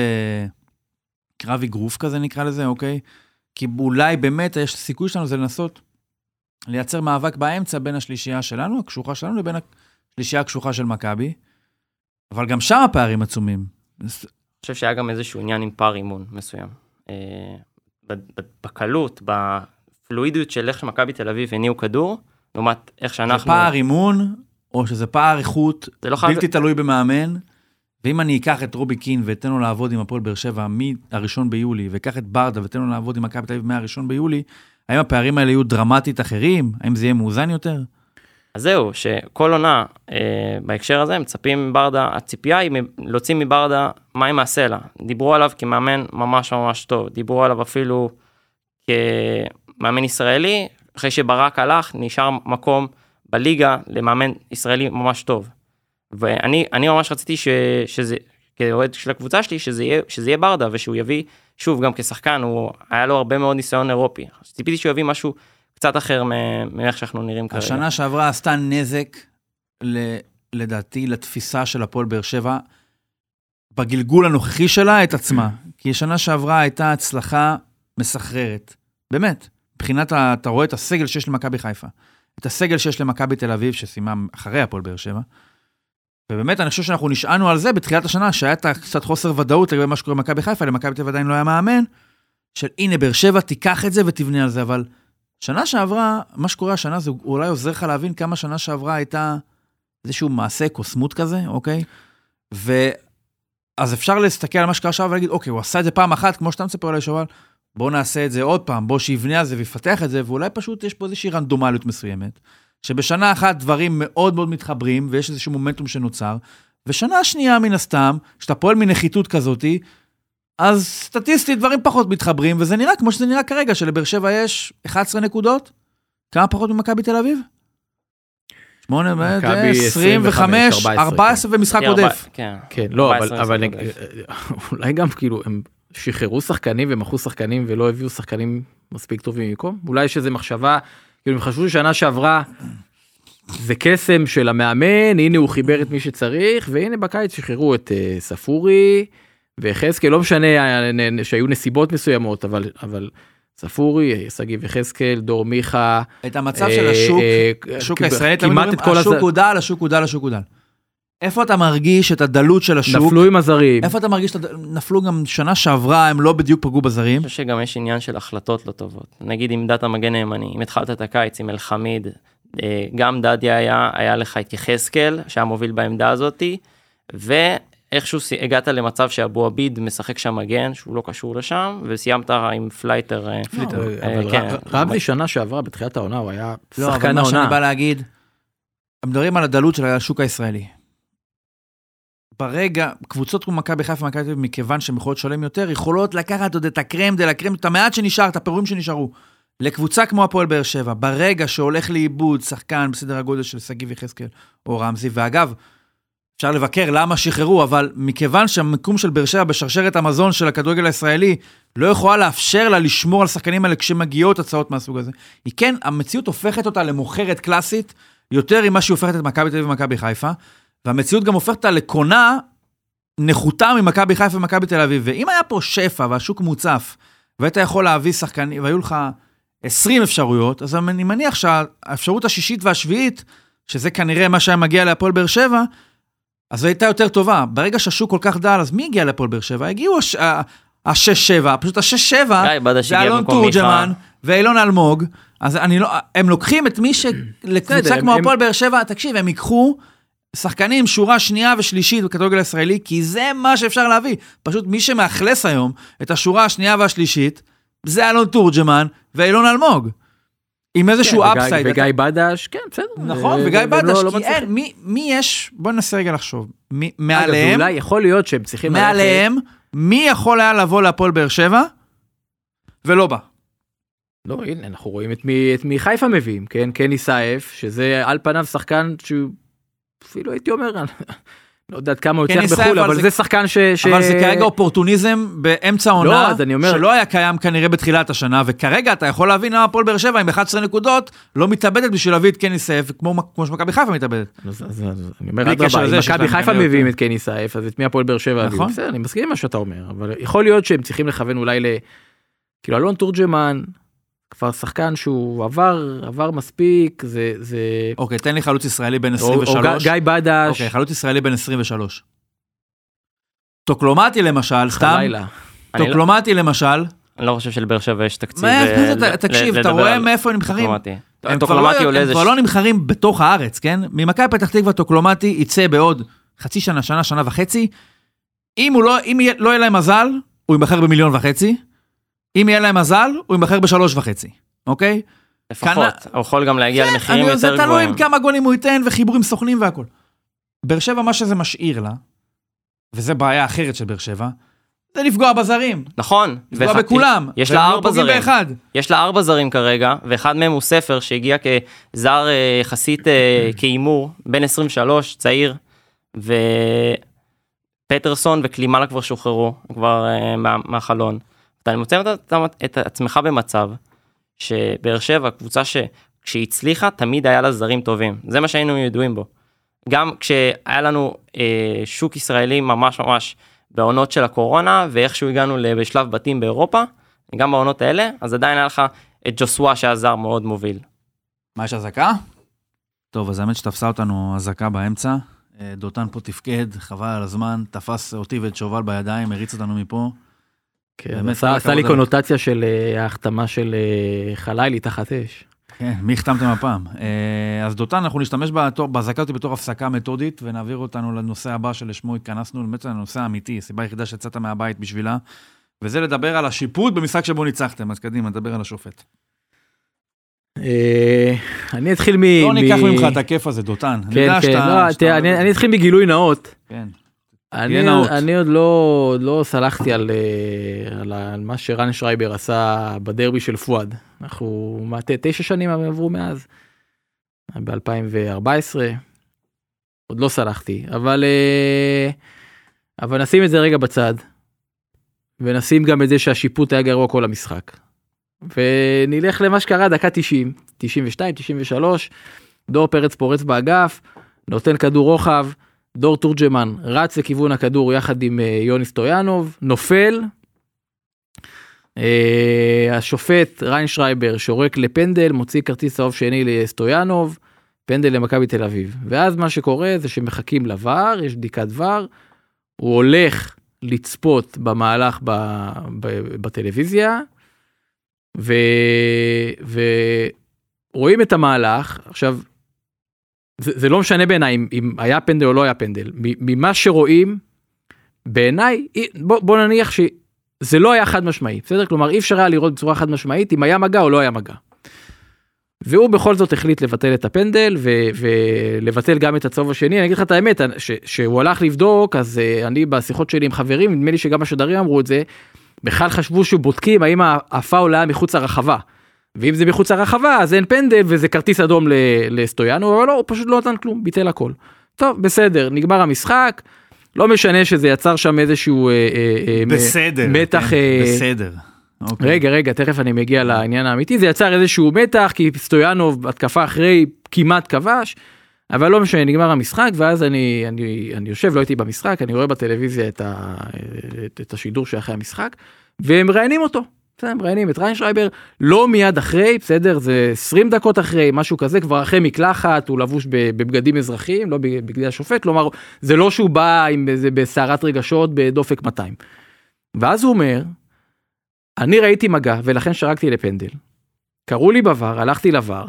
קרב אגרוף כזה נקרא לזה, אוקיי? כי אולי באמת יש סיכוי שלנו זה לנסות לייצר מאבק באמצע בין השלישייה שלנו, הקשוחה שלנו, לבין השלישייה הקשוחה של מכבי, אבל גם שם הפערים עצומים. אני חושב שהיה גם איזשהו עניין עם פער אימון מסוים. בקלות, בפלואידיות של איך שמכבי תל אביב הניעו כדור, לעומת איך שאנחנו... פער אימון, או שזה פער איכות בלתי תלוי במאמן, ואם אני אקח את רובי קין ואתן לו לעבוד עם הפועל באר שבע מהראשון ביולי, ואקח את ברדה ואתן לו לעבוד עם מכבי תל אביב מהראשון ביולי, האם הפערים האלה יהיו דרמטית אחרים? האם זה יהיה מאוזן יותר? אז זהו, שכל עונה אה, בהקשר הזה, מצפים מברדה, הציפייה היא להוציא מברדה מים מהסלע. דיברו עליו כמאמן ממש ממש טוב, דיברו עליו אפילו כמאמן ישראלי, אחרי שברק הלך, נשאר מקום בליגה למאמן ישראלי ממש טוב. ואני אני ממש רציתי ש, שזה, כאוהד של הקבוצה שלי, שזה יהיה, שזה יהיה ברדה, ושהוא יביא, שוב, גם כשחקן, הוא היה לו הרבה מאוד ניסיון אירופי. ציפיתי שהוא יביא משהו קצת אחר מאיך שאנחנו נראים כרגע. השנה שעברה עשתה נזק, ל, לדעתי, לתפיסה של הפועל באר שבע, בגלגול הנוכחי שלה את עצמה. כי השנה שעברה הייתה הצלחה מסחררת. באמת. מבחינת, אתה רואה את הסגל שיש למכבי חיפה. את הסגל שיש למכבי תל אביב, שסיימה אחרי הפועל באר שבע. ובאמת, אני חושב שאנחנו נשענו על זה בתחילת השנה, שהיה קצת חוסר ודאות לגבי מה שקורה במכבי חיפה, למכבי תל אביב עדיין לא היה מאמן, של הנה, באר שבע, תיקח את זה ותבנה על זה, אבל שנה שעברה, מה שקורה השנה, זה אולי עוזר לך להבין כמה שנה שעברה הייתה איזשהו מעשה קוסמות כזה, אוקיי? ואז אפשר להסתכל על מה שקרה עכשיו ולהגיד, אוקיי, הוא עשה את זה פעם אחת, כמו שאתה מצפה אולי שובל, בוא נעשה את זה עוד פעם, בוא שיבנה על זה ויפתח את זה, ואולי פשוט יש פה איזושהי רנדומליות מסוימת, שבשנה אחת דברים מאוד מאוד מתחברים, ויש איזשהו מומנטום שנוצר, ושנה שנייה מן הסתם, שאתה פועל מנחיתות כזאת, אז סטטיסטית דברים פחות מתחברים, וזה נראה כמו שזה נראה כרגע, שלבאר שבע יש אחת עשרה נקודות, כמה פחות ממכבי תל אביב? שמונה, עשרים וחמש, ארבע עשרה ומשחק עודף. כן, לא, אבל אולי גם כאילו, הם שחררו שחקנים ומחו שחקנים, ולא הביאו שחקנים מספיק טובים מקום, אולי יש איזו מחשבה, כאילו הם חשבו ששנה שעברה, זה קסם של המאמן, הנה הוא חיבר את מי שצריך, והנה בקיץ שחררו את uh, ספורי, וחזקאל, לא משנה שהיו נסיבות מסוימות, אבל, אבל ספורי, סגיב וחזקאל, דור מיכה. את המצב של השוק, השוק הישראלי, כמעט את כל השוק הוא דל, השוק הוא דל, השוק הוא דל. איפה אתה מרגיש את הדלות של השוק? נפלו עם הזרים. איפה אתה מרגיש, נפלו גם שנה שעברה, הם לא בדיוק פגעו בזרים. אני חושב שגם יש עניין של החלטות לא טובות. נגיד עם דת המגן הימני, אם התחלת את הקיץ עם אלחמיד, גם דדיה היה, היה לך את יחזקאל, שהיה מוביל בעמדה הזאת, ואיכשהו הגעת למצב שאבו עביד משחק שם מגן, שהוא לא קשור לשם, וסיימת עם פלייטר. רמזי שנה שעברה בתחילת העונה, הוא היה שחקן העונה. לא, אבל מה שאני בא להגיד, הם מדברים על הדלות של השוק הישראלי. ברגע, קבוצות כמו מכבי חיפה ומכבי תל אביב, מכיוון שהן יכולות לשלם יותר, יכולות לקחת עוד את הקרם, דה לקרם, את המעט שנשאר, את הפירורים שנשארו. לקבוצה כמו הפועל באר שבע, ברגע שהולך לאיבוד שחקן בסדר הגודל של סגיב יחזקאל או רמזי, ואגב, אפשר לבקר למה שחררו, אבל מכיוון שהמקום של באר שבע בשרשרת המזון של הכדורגל הישראלי, לא יכולה לאפשר לה לשמור על שחקנים האלה כשמגיעות הצעות מהסוג הזה. היא כן, המציאות הופכת אותה למוכרת קלאסית, יותר ממה שהיא הופכת את מכבי תל אביב ומכבי חיפה, והמציאות גם הופכת אותה לקונה נחותה ממכבי חיפה ומכבי תל אביב. ואם היה פה שפע והשוק מוצף, והיית יכול להביא שחקנים, והיו לך עשרים אפשרויות, אז אני מניח שהאפשרות השישית והשביעית, שזה כנראה מה שהיה מגיע להפועל באר שבע, אז זו הייתה יותר טובה. ברגע שהשוק כל כך דל, אז מי הגיע להפועל באר שבע? הגיעו השש שבע, פשוט השש שבע, זה אלון תורג'מן ואילון אלמוג, אז אני לא, הם לוקחים את מי שלקבוצה כמו הפועל באר שבע, תקשיב, הם ייקחו שחקנים שורה שנייה ושלישית בכדורגל הישראלי, כי זה מה שאפשר להביא. פשוט מי שמאכלס היום את השורה השנייה והשלישית, זה אלון תורג'מן ואילון אלמוג. עם איזשהו אפסייד. וגיא בדש, כן, בסדר. נכון, וגיא בדש, כי אין, מי יש, בוא ננסה רגע לחשוב, מעליהם, אולי יכול להיות שהם צריכים... מעליהם, מי יכול היה לבוא להפועל באר שבע, ולא בא. לא, הנה, אנחנו רואים את מי חיפה מביאים, כן, קני סייף, שזה על פניו שחקן שהוא, אפילו הייתי אומר, לא יודעת כמה הוא יוצא בחול, אבל זה שחקן ש... אבל זה כרגע אופורטוניזם באמצע העונה, שלא היה קיים כנראה בתחילת השנה, וכרגע אתה יכול להבין למה הפועל באר שבע עם אחת עשרה נקודות, לא מתאבדת בשביל להביא את קני סייף, כמו שמכבי חיפה מתאבדת. אני אומר, אם מכבי חיפה מביאים את קני סייף, אז את מי הפועל באר שבע? בסדר, אני מסכים עם מה שאתה אומר, אבל יכול להיות שהם צריכים לכוון אולי ל... כאילו אלון תורג'מן, כבר שחקן שהוא עבר, עבר מספיק, זה, זה... אוקיי, תן לי חלוץ ישראלי בין עשרים ושלוש. או גיא בדש. אוקיי, חלוץ ישראלי בין עשרים ושלוש. טוקלומטי למשל, סתם. חלילה. טוקלומטי למשל, אני לא חושב שלבאר שבע יש תקציב. תקשיב, אתה רואה מאיפה הם נמחרים? הם כבר לא נמחרים בתוך הארץ, כן? ממכבי פתח תקווה טוקלומטי יצא בעוד חצי שנה, שנה, שנה וחצי. אם לא יהיה להם מזל, הוא ימחר במיליון וחצי. אם יהיה להם מזל, הוא ימחר בשלוש וחצי. אוקיי? לפחות. הוא יכול גם להגיע למחירים יותר גבוהים. זה תלוי עם כמה גולים הוא ייתן וחיבורים סוכנים והכל. באר שבע, מה שזה משאיר לה, וזה בעיה אחרת של באר שבע, זה לפגוע בזרים. נכון. לפגוע בכולם. יש לה ארבע זרים. יש לה ארבע זרים כרגע, ואחד מהם הוא ספר שהגיע כזר יחסית כאימור, בין עשרים ושלוש, צעיר, ופטרסון וקלימלה כבר שוחררו, כבר מהחלון. אתה מוצא את עצמך במצב, שבאר שבע, קבוצה שכשהיא הצליחה, תמיד היה לה זרים טובים. זה מה שהיינו ידועים בו. גם כשהיה לנו אה, שוק ישראלי ממש ממש בעונות של הקורונה, ואיכשהו הגענו בשלב בתים באירופה, גם בעונות האלה, אז עדיין היה לך את ג'וסווה שהיה זר מאוד מוביל. מה יש הזקה? טוב, אז האמת שתפסה אותנו הזקה באמצע, דותן פה תפקד, חבל על הזמן, תפס אותי ואת שובל בידיים, הריץ אותנו מפה. כן, עשה לי קונוטציה של ההחתמה של חלילי תחת אש. כן, מי החתמתם הפעם? אז דותן, אנחנו נשתמש בהזקה אותי בתור הפסקה מתודית, ונעביר אותנו לנושא הבא שלשמו התכנסנו, באמת לנושא האמיתי, סיבה היחידה שיצאת מהבית בשבילה, וזה לדבר על השיפוט במשחק שבו ניצחתם, אז קדימה, נדבר על השופט. אני אתחיל מ... לא ניקח ממך את הכיף הזה, דותן. כן, כן, אני אתחיל מגילוי נאות. כן. אני עוד לא סלחתי על מה שרן שרייבר עשה בדרבי של פואד. אנחנו תשע שנים עברו מאז, ב-אלפיים וארבע עשרה, עוד לא סלחתי, אבל נשים את זה רגע בצד, ונשים גם את זה שהשיפוט היה גרוע כל המשחק. ונלך למה שקרה דקה תשעים, תשעים ושתיים, תשעים ושלוש, דור פרץ פורץ באגף, נותן כדור רוחב, דור תורג'מן רץ לכיוון הכדור יחד עם יוני סטויאנוב, נופל, השופט ריין שרייבר שורק לפנדל, מוציא כרטיס צהוב שני לסטויאנוב, פנדל למכבי תל אביב. ואז מה שקורה זה שמחכים לבר, יש בדיקת ור, הוא הולך לצפות במהלך ב, ב, בטלוויזיה, ו, ורואים את המהלך. עכשיו, זה, זה לא משנה בעיניי אם, אם היה פנדל או לא היה פנדל. ממה שרואים, בעיניי, בוא, בוא נניח שזה לא היה חד משמעי, בסדר? כלומר, אי אפשר היה לראות בצורה חד משמעית אם היה מגע או לא היה מגע. והוא בכל זאת החליט לבטל את הפנדל, ו- ולבטל גם את הצהוב השני. אני אגיד לך את האמת, ש- שהוא הלך לבדוק, אז uh, אני בשיחות שלי עם חברים, נדמה לי שגם השדרים אמרו את זה, בכלל חשבו שבודקים האם הפאול היה מחוץ הרחבה. ואם זה מחוץ הרחבה, אז אין פנדל, וזה כרטיס אדום לסטויאנו, אבל לא, הוא פשוט לא נתן כלום, ביטל הכל. טוב, בסדר, נגמר המשחק, לא משנה שזה יצר שם איזשהו אה, אה, בסדר, מתח... כן, אה, בסדר. Okay. רגע, רגע, תכף אני מגיע לעניין האמיתי, זה יצר איזשהו מתח, כי סטויאנוב התקפה אחרי כמעט כבש, אבל לא משנה, נגמר המשחק, ואז אני, אני, אני יושב, לא הייתי במשחק, אני רואה בטלוויזיה את, ה, את, את השידור שאחרי המשחק, והם ראיינים אותו, הם ראיינים את ריין שרייבר, לא מיד אחרי, בסדר, זה עשרים דקות אחרי, משהו כזה, כבר אחרי מקלחת, הוא לבוש בבגדים אזרחיים, לא בגדי השופט, כלומר, זה לא שהוא בא עם איזה בסערת רגשות, בדופק מאתיים. ואז הוא אומר, אני ראיתי מגע, ולכן שרקתי לפנדל. קראו לי בבר, הלכתי לבר,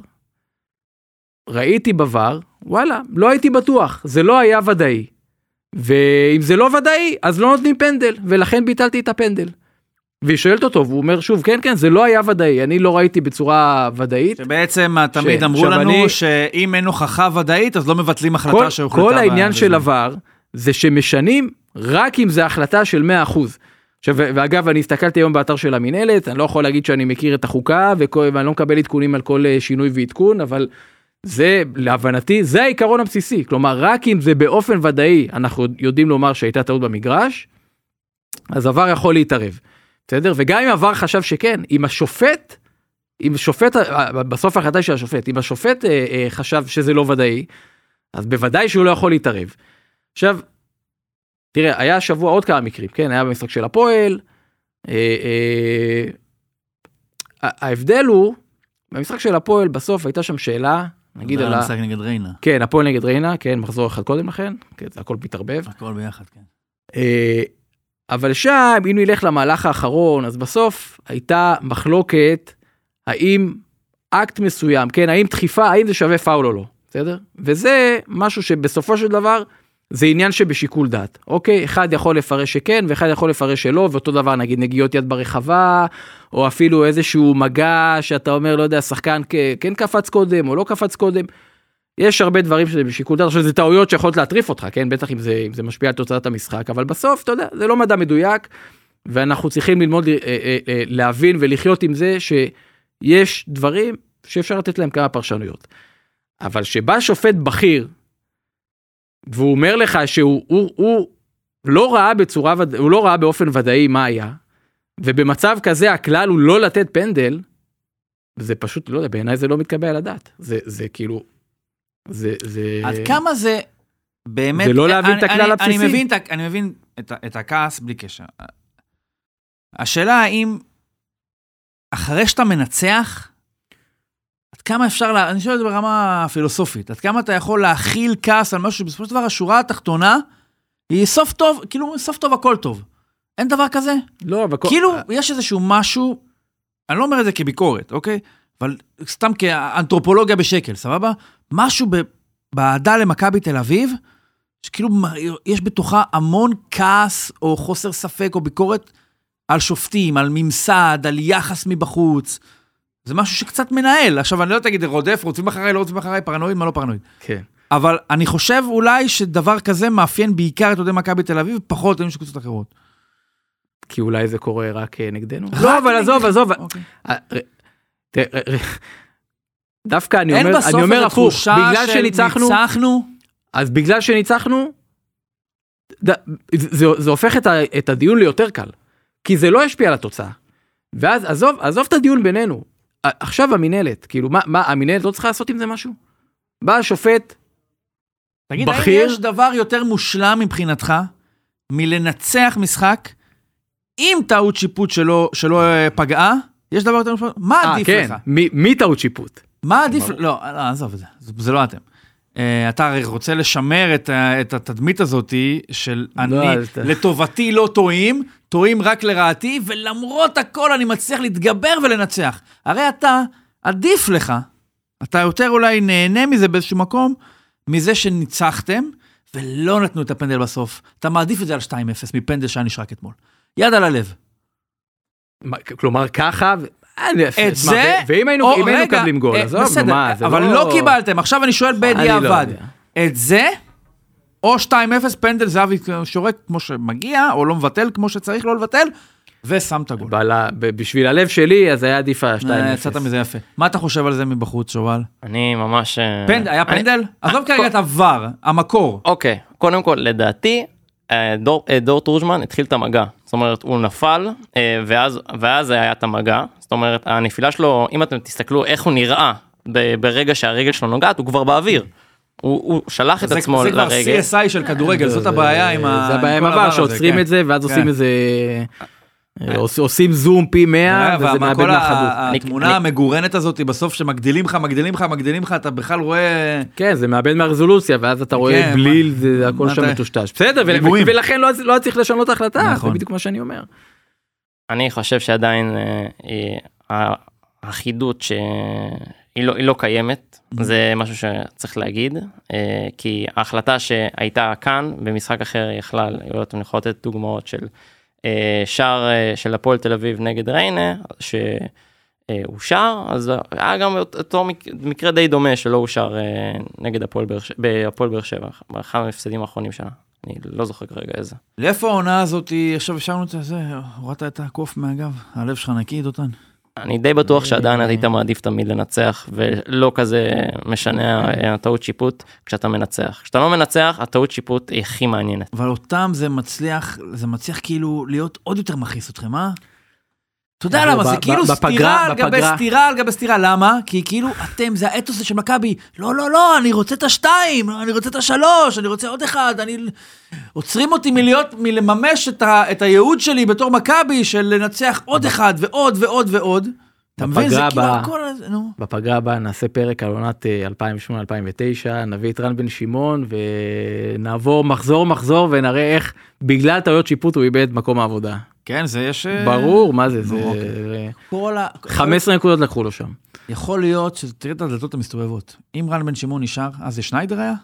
ראיתי בבר, וואלה, לא הייתי בטוח, זה לא היה ודאי. ואם זה לא ודאי, אז לא נותנים פנדל, ולכן ביטלתי את הפנדל. והיא שואלת אותו, והוא אומר שוב, כן, כן, זה לא היה ודאי, אני לא ראיתי בצורה ודאית. שבעצם תמיד ש... אמרו לנו אני... שאם אין הוכחה ודאית, אז לא מבטלים החלטה כל, שהוחלטה. כל העניין ב... של עבר, זה שמשנים רק אם זה החלטה של מאה אחוז. עכשיו, ואגב, אני הסתכלתי היום באתר של המנהלת, אני לא יכול להגיד שאני מכיר את החוקה, ואני לא מקבל עדכונים על כל שינוי ועדכון, אבל זה, להבנתי, זה העיקרון הבסיסי. כלומר, רק אם זה באופן ודאי, אנחנו יודעים לומר שהייתה טעות במגרש, אז עבר יכול להתערב. בסדר? וגם אם עבר חשב שכן, אם השופט, אם השופט, בסוף ההחלטה של השופט, אם השופט אה, אה, חשב שזה לא ודאי, אז בוודאי שהוא לא יכול להתערב. עכשיו, תראה, היה שבוע עוד כמה מקרים, כן? היה במשחק של הפועל, אה, אה, ההבדל הוא, במשחק של הפועל בסוף הייתה שם שאלה, נגיד על ה... המשחק נגד ריינה. כן, הפועל נגד ריינה, כן, מחזור אחד קודם לכן, כן, זה הכל מתערבב. הכל ביחד, כן. אה, אבל שם, אם נלך למהלך האחרון, אז בסוף הייתה מחלוקת, האם אקט מסוים, כן, האם דחיפה, האם זה שווה פאול או לא, בסדר? וזה משהו שבסופו של דבר, זה עניין שבשיקול דעת, אוקיי? אחד יכול לפרש שכן, ואחד יכול לפרש שלא, ואותו דבר, נגיד, נגיעות יד ברחבה, או אפילו איזשהו מגע, שאתה אומר, לא יודע, שחקן כן קפץ קודם, או לא קפץ קודם, יש הרבה דברים שזה בשיקול דעת, שזה טעויות שיכולות להטריף אותך, כן? בטח אם זה, אם זה משפיע על תוצאת המשחק, אבל בסוף, אתה יודע, זה לא מדע מדויק, ואנחנו צריכים ללמוד, להבין ולחיות עם זה, שיש דברים שאפשר לתת להם כמה פרשנויות. אבל שבא שופט בכיר, והוא אומר לך שהוא הוא, הוא לא ראה בצורה, הוא לא ראה באופן ודאי מה היה, ובמצב כזה הכלל הוא לא לתת פנדל, זה פשוט, לא יודע, בעיניי זה לא מתקבל על הדעת. זה, זה כאילו, זה, זה... עד כמה זה באמת... זה לא להבין אני, את הכלל אני, הבסיסי. אני מבין, אני מבין את, את הכעס בלי קשר. השאלה האם, אחרי שאתה מנצח, עד כמה אפשר, לה, אני שואל את זה ברמה פילוסופית, עד כמה אתה יכול להכיל כעס על משהו שבסופו של דבר השורה התחתונה, היא סוף טוב, כאילו סוף טוב הכל טוב. אין דבר כזה? לא, אבל... כאילו יש איזשהו משהו, אני לא אומר את זה כביקורת, אוקיי? אבל סתם כאנתרופולוגיה בשקל, סבבה? משהו בעדה למכבי תל אביב, שכאילו יש בתוכה המון כעס או חוסר ספק או ביקורת על שופטים, על ממסד, על יחס מבחוץ. זה משהו שקצת מנהל. עכשיו, אני לא תגיד, רודף, רוצים אחריי, לא רוצים אחריי, פרנואיד, מה לא פרנואיד. כן. אבל אני חושב אולי שדבר כזה מאפיין בעיקר את אוהדי מכבי תל אביב, פחות עם שקבוצות אחרות. כי אולי זה קורה רק נגדנו. לא, אבל עזוב, עזוב. דווקא אני אומר, אני אומר הפוך, בגלל שניצחנו, אז בגלל שניצחנו, זה הופך את הדיון ליותר קל. כי זה לא ישפיע על התוצאה. ואז עזוב, עזוב את הדיון בינינו. עכשיו המנהלת, כאילו, מה, מה, המנהלת לא צריכה לעשות עם זה משהו? בא השופט, תגיד, בכיר. האם יש דבר יותר מושלם מבחינתך, מלנצח משחק, עם טעות שיפוט שלא, שלא פגעה, יש דבר יותר מושלם? מה עדיף כן. לך? מי, מי טעות שיפוט? מה עדיף? לא, לא, עזוב את זה, זה לא אתם. אתה הרי רוצה לשמר את, את התדמית הזאת של אני, לטובתי לא טועים, טועים רק לרעתי, ולמרות הכל אני מצליח להתגבר ולנצח. הרי אתה, עדיף לך, אתה יותר אולי נהנה מזה באיזשהו מקום, מזה שניצחתם, ולא נתנו את הפנדל בסוף. אתה מעדיף את זה על שתיים אפס, מפנדל שהיה נשרק אתמול. יד על הלב. כלומר ככה... את זה, ואם היינו מקבלים גול, אבל לא קיבלתם, עכשיו אני שואל בדיעבד, את זה, או שתיים אפס פנדל זהבי שורק כמו שמגיע, או לא מבטל כמו שצריך לא לבטל, ושמת גול. בשביל הלב שלי, אז היה עדיף ה-שתיים אפס. יצאת מזה יפה. מה אתה חושב על זה מבחוץ, שובל? אני ממש... היה פנדל? עזוב כרגע את עבר, המקור. אוקיי, קודם כל, לדעתי, דור תורג'מן התחיל את המגע, זאת אומרת הוא נפל ואז, ואז היה את המגע, זאת אומרת הנפילה שלו, אם אתם תסתכלו איך הוא נראה ברגע שהרגל שלו נוגעת, הוא כבר באוויר, הוא, הוא שלח את עצמו לרגל. זה כבר סי אס איי של כדורגל, זאת הבעיה עם ה... זה הבעיה עם עבר, שעוצרים את זה ואז עושים איזה... עושים זום פי מאה וזה מאבד מהחדות. התמונה המגורנת הזאת בסוף שמגדילים לך, מגדילים לך, מגדילים לך, אתה בכלל רואה... כן, זה מאבד מהרזולוציה, ואז אתה רואה בליל, זה הכל שם מטושטש. בסדר, ולכן לא צריך לשנות ההחלטה, זה בדיוק מה שאני אומר. אני חושב שעדיין האחידות שהיא לא קיימת, זה משהו שצריך להגיד, כי ההחלטה שהייתה כאן, במשחק אחר יכלה, אתם יכולים לתת דוגמאות של... שער של הפועל תל אביב נגד ריינה, שהוא שר, אז היה גם אותו מקרה די דומה שלא הוא שר נגד הפועל באר שבע, באחד המפסדים האחרונים שנה. אני לא זוכר כרגע איזה. לאיפה העונה הזאת, עכשיו השארנו את זה, הורדת את הקוף מהגב, הלב שלך נקי, דותן? אני די בטוח שעדיין היית מעדיף תמיד לנצח, ולא כזה משנה הטעות שיפוט כשאתה מנצח. כשאתה לא מנצח, הטעות שיפוט היא הכי מעניינת. אבל אותם זה מצליח, זה מצליח כאילו להיות עוד יותר מכעיס אתכם, אה? אתה יודע למה, זה כאילו סתירה על גבי סתירה על גבי סתירה, למה? כי כאילו אתם, זה האתוס של מכבי, לא, לא, לא, אני רוצה את השתיים, אני רוצה את השלוש, אני רוצה עוד אחד, אני... עוצרים אותי מלהיות, מלממש את, ה, את הייעוד שלי בתור מכבי, של לנצח עוד אחד ועוד ועוד ועוד, אתה מבין, זה כאילו הכל, נו. בפגרה הבאה נעשה פרק על עונת אלפיים ושמונה אלפיים ותשע, נביא את רן בן שמעון, ונעבור מחזור מחזור, ונראה איך בגלל טעויות שיפוט הוא איבד מקום העבודה. כן, זה יש... ברור, מה זה? זה... חמש עשרה נקודות לקחו לו שם. יכול להיות שתראה את הדלתות המסתובבות. אם רן בן שמעון נשאר, אז זה שניידר היה?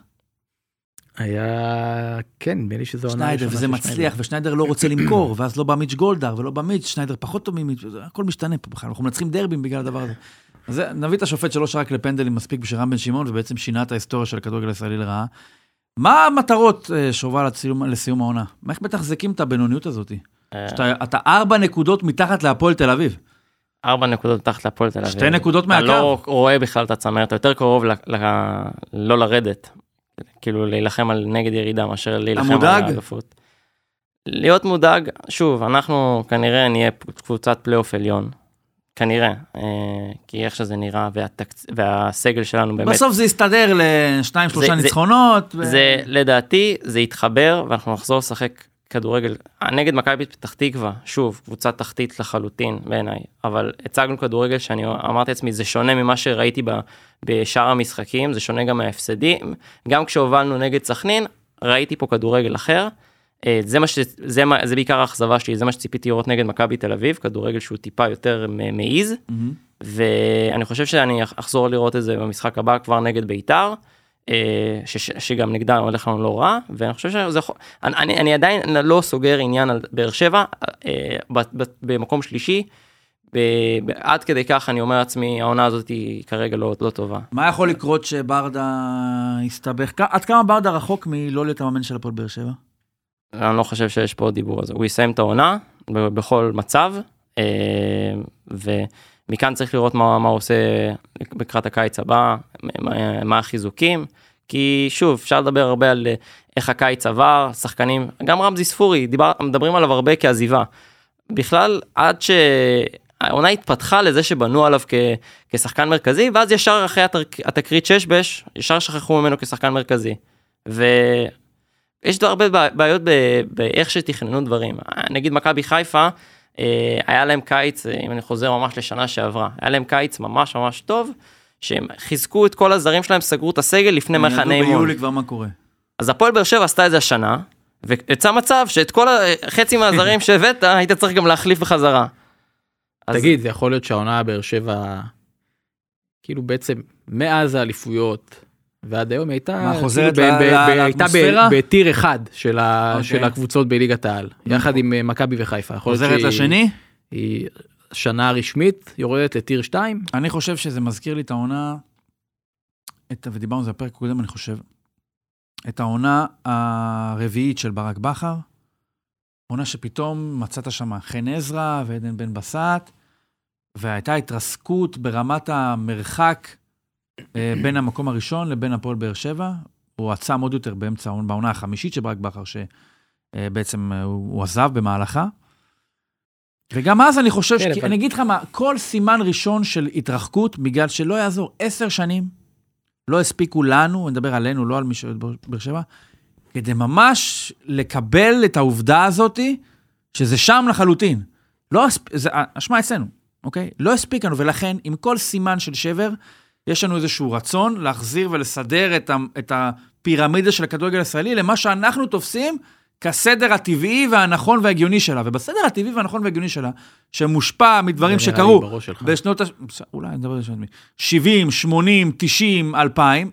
היה, כן, נדמה לי שזה עונה שניידר, וזה מצליח, ושניידר לא רוצה למכור, ואז לא בא מיץ' גולדהר, ולא בא מיץ', שניידר פחות טוב ממיץ', הכל משתנה פה בכלל, אנחנו מנצחים דרבים בגלל הדבר הזה. אז נביא את השופט שלא שרק לפנדלים מספיק בשביל רן בן שמעון, ובעצם שינה את ההיסטוריה של הכדורגל הישראלי לרעה. מה המטרות שובה לסיום העונה? מה איך מתחזקים את הבינוניות הזאת? אתה ארבע נקודות מתחת להפועל תל אביב. ארבע נקודות מתחת להפועל תל אביב. שתי נקודות מהקו. אתה לא רואה בכלל את הצמרת, אתה יותר קרוב לא לרדת. כאילו להילחם על נגד ירידה, מאשר להילחם על האלופות. להיות מודאג, שוב, אנחנו כנראה נהיה קבוצת פלייאוף עליון. כנראה, כי איך שזה נראה, והסגל שלנו באמת... בסוף זה יסתדר לשניים, שלושה ניצחונות. זה, לדעתי, זה יתחבר, ואנחנו נחזור לשחק כדורגל. נגד מכבי פתח תקווה, שוב, קבוצת תחתית לחלוטין בעיניי, אבל הצגנו כדורגל שאני אמרתי לעצמי, זה שונה ממה שראיתי בשאר המשחקים, זה שונה גם מההפסדים, גם כשהובלנו נגד סכנין, ראיתי פה כדורגל אחר, זה, מה ש, זה, מה, זה בעיקר האכזבה שלי, זה מה שציפיתי לראות נגד מכבי תל אביב, כדורגל שהוא טיפה יותר מעיז, mm-hmm. ואני חושב שאני אחזור לראות את זה במשחק הבא כבר נגד ביתר, ש, שגם נגדה הולך לנו לא רע, ואני חושב שזה, אני, אני עדיין לא סוגר עניין על באר שבע, במקום שלישי, עד כדי כך אני אומר לעצמי, העונה הזאת היא כרגע לא, לא טובה. מה יכול לקרות שברדה יסתבך? עד כמה ברדה רחוק מלא להיות המאמן של הפועל באר שבע? אני לא חושב שיש פה דיבור הזה. הוא יסיים את העונה בכל מצב, ומכאן צריך לראות מה, מה הוא עושה בקראת הקיץ הבא, מה, מה החיזוקים, כי שוב, אפשר לדבר הרבה על איך הקיץ עבר, שחקנים, גם רמזי ספורי, דיבר, מדברים עליו הרבה כעזיבה. בכלל, עד שהעונה התפתחה לזה שבנו עליו כ, כשחקן מרכזי, ואז ישר אחרי התקרית ששבש, ישר שכחו ממנו כשחקן מרכזי. ו... יש הרבה בעיות באיך שתכננו דברים. נגיד מכבי חיפה, היה להם קיץ, אם אני חוזר ממש לשנה שעברה, היה להם קיץ ממש ממש טוב, שהם חיזקו את כל הזרים שלהם, סגרו את הסגל לפני מחנה אימון. ביולי כבר מה קורה. אז הפועל באר שבע עשתה את זה השנה, ויצא מצב שאת כל חצי מהזרים שהבאת, היית צריך גם להחליף בחזרה. תגיד, זה יכול להיות שהעונה באר שבע, כאילו בעצם מאז האליפויות, ועד היום הייתה בטיר אחד של הקבוצות בליגת העל, יחד עם מכבי וחיפה. חוזרת לשני? היא שנה רשמית, יורדת לטיר שתיים. אני חושב שזה מזכיר לי את העונה, ודיברנו על זה בפרק קודם, אני חושב, את העונה הרביעית של ברק בכר, עונה שפתאום מצאת שם חן עזרא ועדן בן בסט, והייתה התרסקות ברמת המרחק, בין המקום הראשון לבין הפועל באר שבע, הוא עצם עוד יותר באמצע, בעונה החמישית של ברק בכר, שבעצם הוא עזב במהלכה, וגם אז אני חושב, כן, אני אגיד לך מה, כל סימן ראשון של התרחקות, בגלל שלא יעזור עשר שנים, לא הספיקו לנו, אני מדבר עלינו, לא על מי שבאר שבע, כדי ממש לקבל את העובדה הזאת, שזה שם לחלוטין. לא, זה, אשמה אצלנו, אוקיי? לא הספיק לנו, ולכן, עם כל סימן של שבר, יש לנו איזשהו רצון להחזיר ולסדר את, ה, את הפירמידה של הכדורגל הישראלי, למה שאנחנו תופסים כסדר הטבעי והנכון וההגיוני שלה. ובסדר הטבעי והנכון וההגיוני שלה, שמושפע מדברים שקרו בשנות, אולי נדבר על שמונים, שבעים, שמונים, תשעים, אלפיים,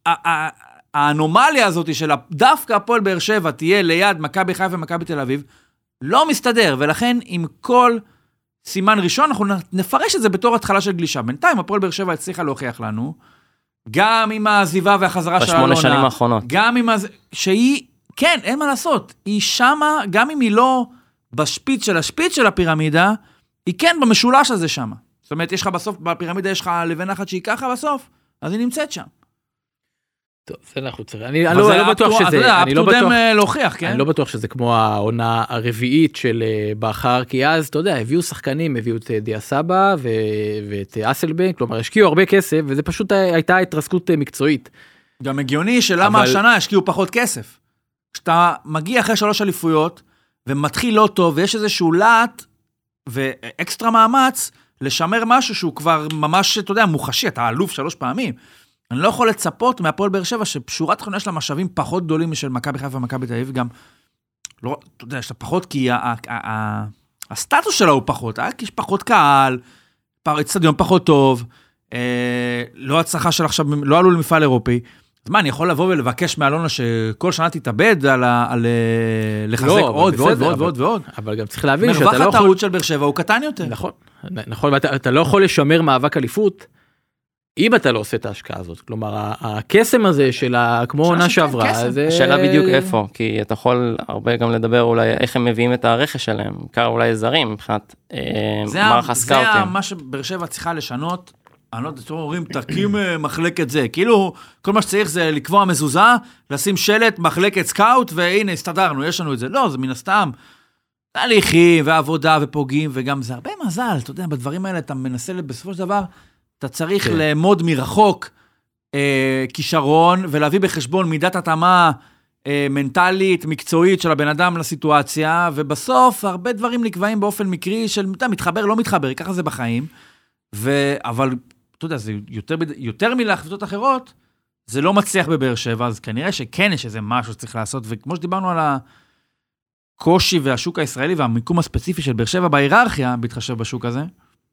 האנומליה הזאת של דווקא הפועל באר שבע תהיה ליד מכבי חיפה ומכבי תל אביב, לא מסתדר, ולכן עם כל סימן ראשון, אנחנו נפרש את זה בתור התחלה של גלישה. בינתיים, הפועל באר שבע הצליחה להוכיח לנו, גם עם העזיבה והחזרה של אלונה, בשמונה שנים האחרונות. גם עם הז... שהיא, כן, אין מה לעשות, היא שמה, גם אם היא לא בשפיץ של השפיץ של הפירמידה, היא כן במשולש הזה שמה. זאת אומרת, יש לך בסוף, בפירמידה יש לך לבן אחת שהיא ככה בסוף, אז היא נמצאת שם. טוב, זה אנחנו צריכים. אני לא בטוח שזה, אני לא בטוח להוכיח, כן? אני לא בטוח שזה כמו העונה הרביעית של בכר, כי אז, אתה יודע, הביאו שחקנים, הביאו את דיה סבא ואת אסלבנק, כלומר, השקיעו הרבה כסף, וזה פשוט הייתה התרסקות מקצועית. גם הגיוני שלמה השנה השקיעו פחות כסף. כשאתה מגיע אחרי שלוש אליפויות, ומתחיל לא טוב, ויש איזשהו לאט, ואקסטרה מאמץ, לשמר משהו שהוא כבר ממש, אתה יודע, מוחשי, אתה אלוף שלוש פעמים. אני לא יכול לצפות מהפועל באר שבע, ששורת תכונה יש לה משאבים פחות גדולים משל מכבי חיפה ומכבי תל אביב, גם, לא, אתה יודע, יש לה פחות, כי ה, ה, ה, ה, הסטטוס שלה הוא פחות, אה? כי יש פחות קהל, אצטדיון פחות טוב, אה, לא הצלחה של עכשיו, לא עלו למפעל אירופי, אז מה, אני יכול לבוא ולבקש מאלונה שכל שנה תתאבד על, על לחזק לא, עוד ועוד ועוד ועוד ועוד. אבל גם צריך להבין שאתה לא יכול... מרווח הטעות של באר שבע הוא קטן יותר. נכון, נכון, ואתה, אתה לא יכול לשמר מאבק אליפות, אם אתה לא עושה את ההשקעה הזאת. כלומר, הקסם הזה של כמו עונה שעברה, זה... השאלה בדיוק איפה, כי אתה יכול הרבה גם לדבר אולי איך הם מביאים את הרכש שלהם, בעיקר אולי זרים, מבחינת מערך הסקאוטים. זה מה שבאר שבע צריכה לשנות, אני לא יודע, אתם אומרים, תקים מחלקת זה, כאילו, כל מה שצריך זה לקבוע מזוזה, לשים שלט, מחלקת סקאוט, והנה, הסתדרנו, יש לנו את זה. לא, זה מן הסתם, תהליכים ועבודה ופוגעים, וגם זה הרבה מזל, אתה יודע, בדברים האלה אתה מנסה בסופו של דבר, אתה צריך לעמוד מרחוק כישרון, ולהביא בחשבון מידת התאמה מנטלית, מקצועית של הבן אדם לסיטואציה, ובסוף הרבה דברים נקבעים באופן מקרי, של מתחבר, לא מתחבר, ככה זה בחיים, אבל... אתה יודע, זה יותר, יותר מלהחלטות אחרות, זה לא מצליח בבאר שבע, אז כנראה שכן יש איזה משהו שצריך לעשות, וכמו שדיברנו על הקושי והשוק הישראלי, והמיקום הספציפי של באר שבע בהיררכיה, בהתחשב בשוק הזה,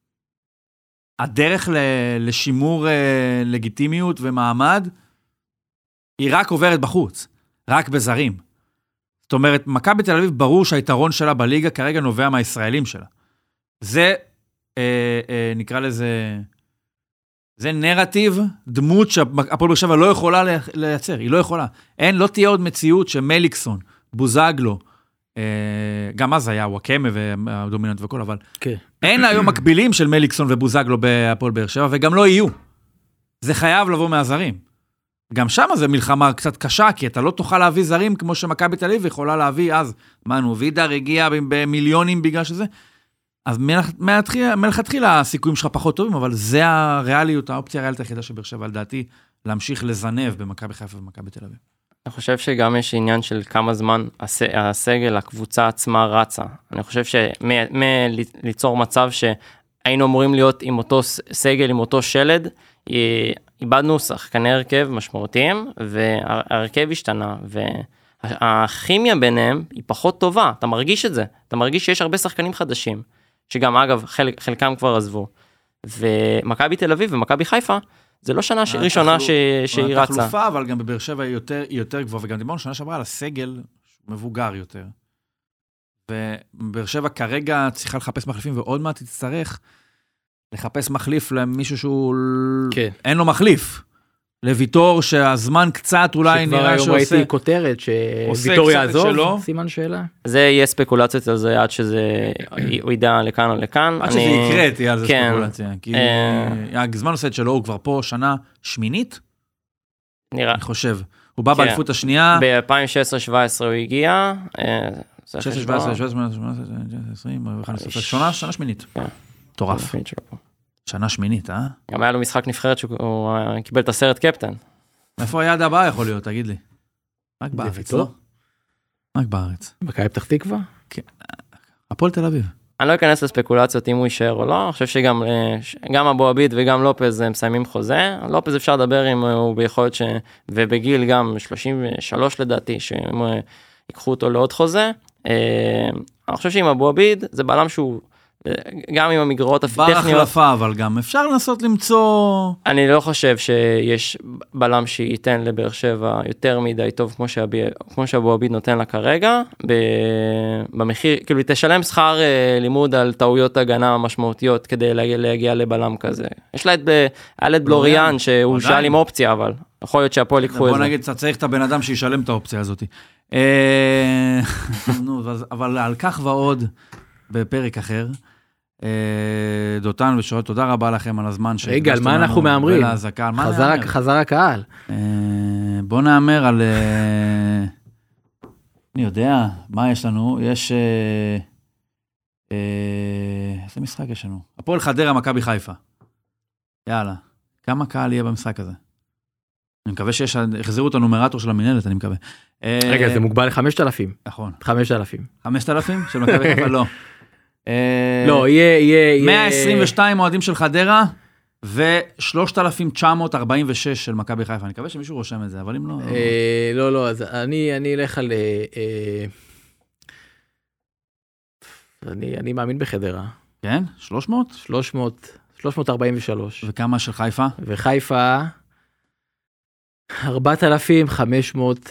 הדרך לשימור לגיטימיות ומעמד, היא רק עוברת בחוץ, רק בזרים. זאת אומרת, מכבי תל אביב ברור שהיתרון שלה בליגה כרגע נובע מהישראלים שלה. זה, אה, אה, נקרא לזה... זה נרטיב, דמות שהפועל באר שבע לא יכולה לייצר, היא לא יכולה. אין, לא תהיה עוד מציאות שמליקסון, בוזגלו, גם אז היה וואקמה והדומיננט וכל, אבל אין היום מקבילים של מליקסון ובוזגלו בהפועל באר שבע, וגם לא יהיו. זה חייב לבוא מהזרים. גם שם זה מלחמה קצת קשה, כי אתה לא תוכל להביא זרים כמו שמכבי תל אביב יכולה להביא אז. מנו, וידר הגיע במיליונים בגלל שזה. אז מלכתחילה הסיכויים שלך פחות טובים, אבל זה הריאליות, האופציה הריאלית היחידה של באר שבע, לדעתי, להמשיך לזנב במכבי חיפה ומכבי תל אביב. אני חושב שגם יש עניין של כמה זמן הסגל, הקבוצה עצמה רצה. אני חושב שמליצור מצב שהיינו אמורים להיות עם אותו סגל, עם אותו שלד, איבדנו שחקני הרכב משמעותיים, והרכב השתנה, והכימיה ביניהם היא פחות טובה. אתה מרגיש את זה. אתה מרגיש שיש הרבה שחקנים חדשים. שגם אגב חלק, חלקם כבר עזבו, ומכבי תל אביב ומכבי חיפה, זה לא שנה ראשונה שהיא רצה. התחלופה, אבל גם בבאר שבע היא יותר, היא יותר גבוהה, וגם דיברנו שנה שעברה על הסגל מבוגר יותר. ובאר שבע כרגע צריכה לחפש מחליפים, ועוד מעט תצטרך לחפש מחליף למישהו שהוא... כן. אין לו מחליף. לויטור שהזמן קצת אולי נראה שעושה... שכבר היום ראיתי כותרת שוויטור יעזוב, סימן שאלה. זה יהיה ספקולציות על זה עד שזה הוא ידע לכאן או לכאן. עד שזה יקרה תהיה על זה ספקולציה. כי הזמן עושה את שלו, הוא כבר פה שנה שמינית? נראה. אני חושב. הוא בא באליפות השנייה. ב-אלפיים שש עשרה שבע עשרה הוא הגיע. שש עשרה שבע עשרה שמונה עשרה שנה, שנה שמינית. טורף. שנה שמינית, אה? גם היה לו משחק נבחרת שהוא קיבל את הסרט קפטן. איפה היעד הבא יכול להיות, תגיד לי? רק בארץ, לא? רק בארץ. מכבי פתח תקווה? כן. הפועל תל אביב. אני לא אכנס לספקולציות אם הוא יישאר או לא, אני חושב שגם גם אבו עביד וגם לופז מסיימים חוזה, לופז אפשר לדבר אם הוא ביכולת ש... ובגיל גם שלושים ושלוש לדעתי, שהם ייקחו אותו לעוד חוזה. אני חושב שעם אבו עביד זה בעלם שהוא גם עם המגרעות הטכניות. בר החלפה, אבל גם אפשר לנסות למצוא... אני לא חושב שיש בלם שייתן לבאר שבע יותר מדי טוב, כמו, שאבי, כמו שאבו עביד נותן לה כרגע, במחיר, כאילו היא תשלם שכר לימוד על טעויות הגנה משמעותיות, כדי להגיע, להגיע לבלם כזה. יש לה את אלד בלוריאן, שהוא שאל עם אופציה, אבל יכול להיות שהפועל יקחו את זה. בוא נגיד, אתה צריך את הבן אדם שישלם את האופציה הזאת. אבל על כך ועוד, בפרק אחר, דותן ושואל, תודה רבה לכם על הזמן. רגע, על מה אנחנו מאמרים? חזר הקהל. בוא נאמר על... אני יודע, מה יש לנו? יש... איזה משחק יש לנו? הפועל חדרה, מכבי חיפה. יאללה. כמה קהל יהיה במשחק הזה? אני מקווה שיש... החזירו את הנומרטור של המנהלת, אני מקווה. רגע, זה מוגבל ל-חמשת אלפים. נכון. חמשת אלפים. חמשת אלפים? של מכבי חיפה? לא. לא, יהיה, יהיה... מאה עשרים ושתיים אוהדים של חדרה, ו-שלושת אלפים תשע מאות ארבעים ושש של מכבי חיפה. אני מקווה שמישהו רושם את זה, אבל אם לא... לא, לא, אז אני אלך על... אני מאמין בחדרה. כן? שלוש מאות? שלוש מאות, שלוש מאות ארבעים ושלוש. וכמה של חיפה? וחיפה, ארבעת אלפים חמש מאות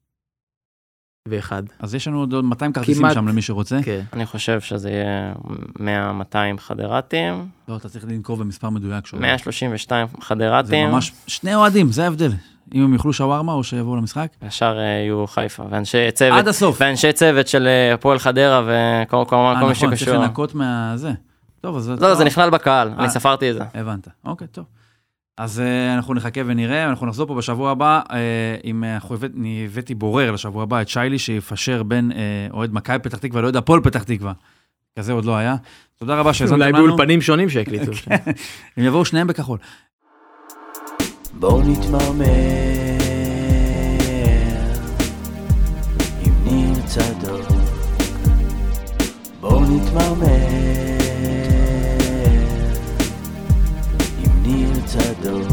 ואחד. אז יש לנו עוד מאתיים כרטיסים שם למי שרוצה. כן. אני חושב שזה יהיה מאה מאתיים חדרתים. לא, אתה צריך לנקוב במספר מדויק. מאה שלושים ושתיים חדרתים. זה ממש שני אוהדים, זה ההבדל. אם הם יאכלו שווארמה או שיבואו למשחק. השאר יהיו חיפה, ואנשי צוות. עד הסוף. ואנשי צוות של הפועל חדרה וכל מי שקשור. נכון, צריך לנקות מהזה. טוב, אז... לא, זה נכלל בקהל, אני ספרתי את זה. הבנת, אוקיי, טוב. אז אנחנו נחכה ונראה, אנחנו נחזור פה בשבוע הבא, עם, אני הבאתי בורר לשבוע הבא, את שיילי שיפשר בין אוהד מכבי פתח תקווה, לא יודע, הפועל פתח תקווה. כזה עוד לא היה. תודה רבה שהזמנתם לנו. אולי באולפנים שונים שהקליטו. הם יבואו שניהם בכחול. בואו נתמרמר עם ניר צדוק. בואו נתמרמר עם ניר צדוק.